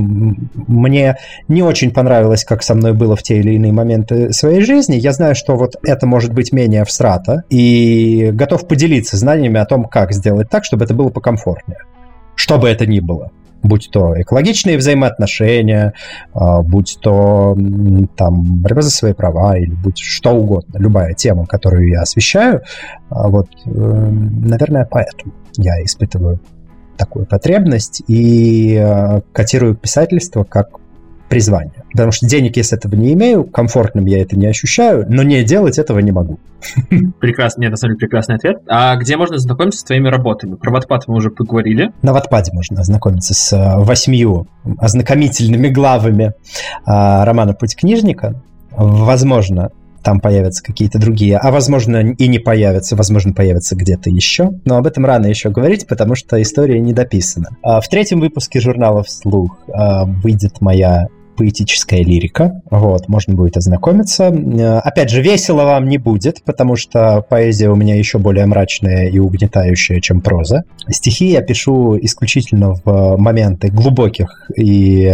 [SPEAKER 1] мне не очень понравилось, как со мной было в те или иные моменты своей жизни. Я знаю, что вот это может быть менее абстракта, и готов поделиться знаниями о том, как сделать так, чтобы это было покомфортнее. Что бы это ни было. Будь то экологичные взаимоотношения, будь то там, борьба за свои права, или будь что угодно, любая тема, которую я освещаю, вот, наверное, поэтому я испытываю такую потребность и котирую писательство как призвание. Потому что денег я с этого не имею, комфортным я это не ощущаю, но не делать этого не могу.
[SPEAKER 2] Прекрасно, нет, на самом деле прекрасный ответ. А где можно знакомиться с твоими работами? Про Wattpad мы уже поговорили.
[SPEAKER 1] На Wattpad можно ознакомиться с восьмью ознакомительными главами романа «Путь книжника». Возможно, там появятся какие-то другие, а возможно и не появятся, возможно появятся где-то еще, но об этом рано еще говорить, потому что история не дописана. В третьем выпуске журнала «Вслух» выйдет моя поэтическая лирика, вот, можно будет ознакомиться. Опять же, весело вам не будет, потому что поэзия у меня еще более мрачная и угнетающая, чем проза. Стихи я пишу исключительно в моменты глубоких и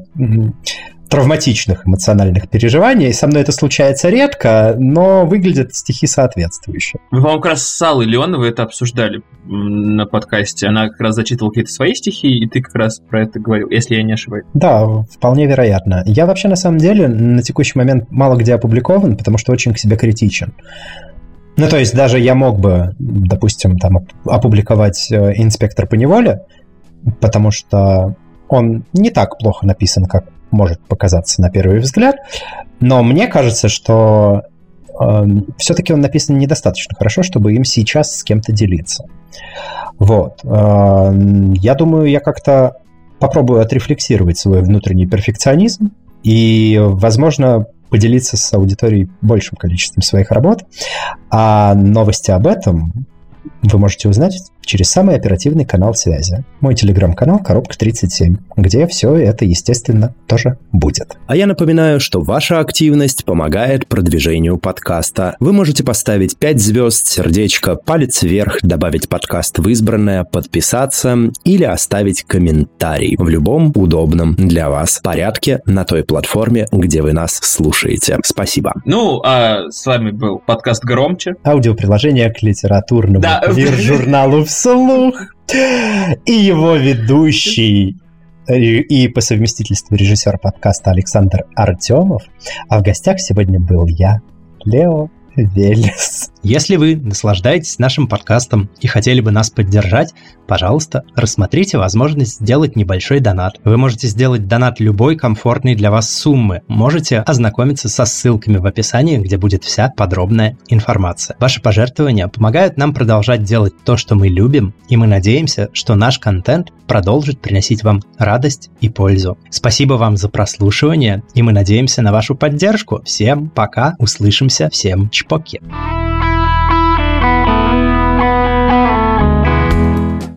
[SPEAKER 1] травматичных эмоциональных переживаний. Со мной это случается редко, но выглядят стихи соответствующе.
[SPEAKER 2] Вы, по-моему, как раз с Аллой Леоновой это обсуждали на подкасте. Она как раз зачитывала какие-то свои стихи, и ты как раз про это говорил, если я не ошибаюсь.
[SPEAKER 1] Да, вполне вероятно. Я вообще, на самом деле, на текущий момент мало где опубликован, потому что очень к себе критичен. Ну, то есть даже я мог бы, допустим, там опубликовать «Инспектор поневоле», потому что он не так плохо написан, как может показаться на первый взгляд, но мне кажется, что э, все-таки он написан недостаточно хорошо, чтобы им сейчас с кем-то делиться. Вот. Э, я думаю, я как-то попробую отрефлексировать свой внутренний перфекционизм и, возможно, поделиться с аудиторией большим количеством своих работ. А новости об этом вы можете узнать через самый оперативный канал связи. Мой телеграм-канал «Коробка тридцать семь», где все это, естественно, тоже будет.
[SPEAKER 3] А я напоминаю, что ваша активность помогает продвижению подкаста. Вы можете поставить пять звезд, сердечко, палец вверх, добавить подкаст в избранное, подписаться или оставить комментарий в любом удобном для вас порядке на той платформе, где вы нас слушаете. Спасибо.
[SPEAKER 2] Ну, а с вами был подкаст «Громче».
[SPEAKER 1] Аудиоприложение к литературному
[SPEAKER 2] да.
[SPEAKER 1] журналу «Вслух». И его ведущий и по совместительству режиссер подкаста Александр Артемов. А в гостях сегодня был я, Лео Велес.
[SPEAKER 3] Если вы наслаждаетесь нашим подкастом и хотели бы нас поддержать, пожалуйста, рассмотрите возможность сделать небольшой донат. Вы можете сделать донат любой комфортной для вас суммы. Можете ознакомиться со ссылками в описании, где будет вся подробная информация. Ваши пожертвования помогают нам продолжать делать то, что мы любим, и мы надеемся, что наш контент продолжит приносить вам радость и пользу. Спасибо вам за прослушивание, и мы надеемся на вашу поддержку. Всем пока, услышимся, всем чпоки.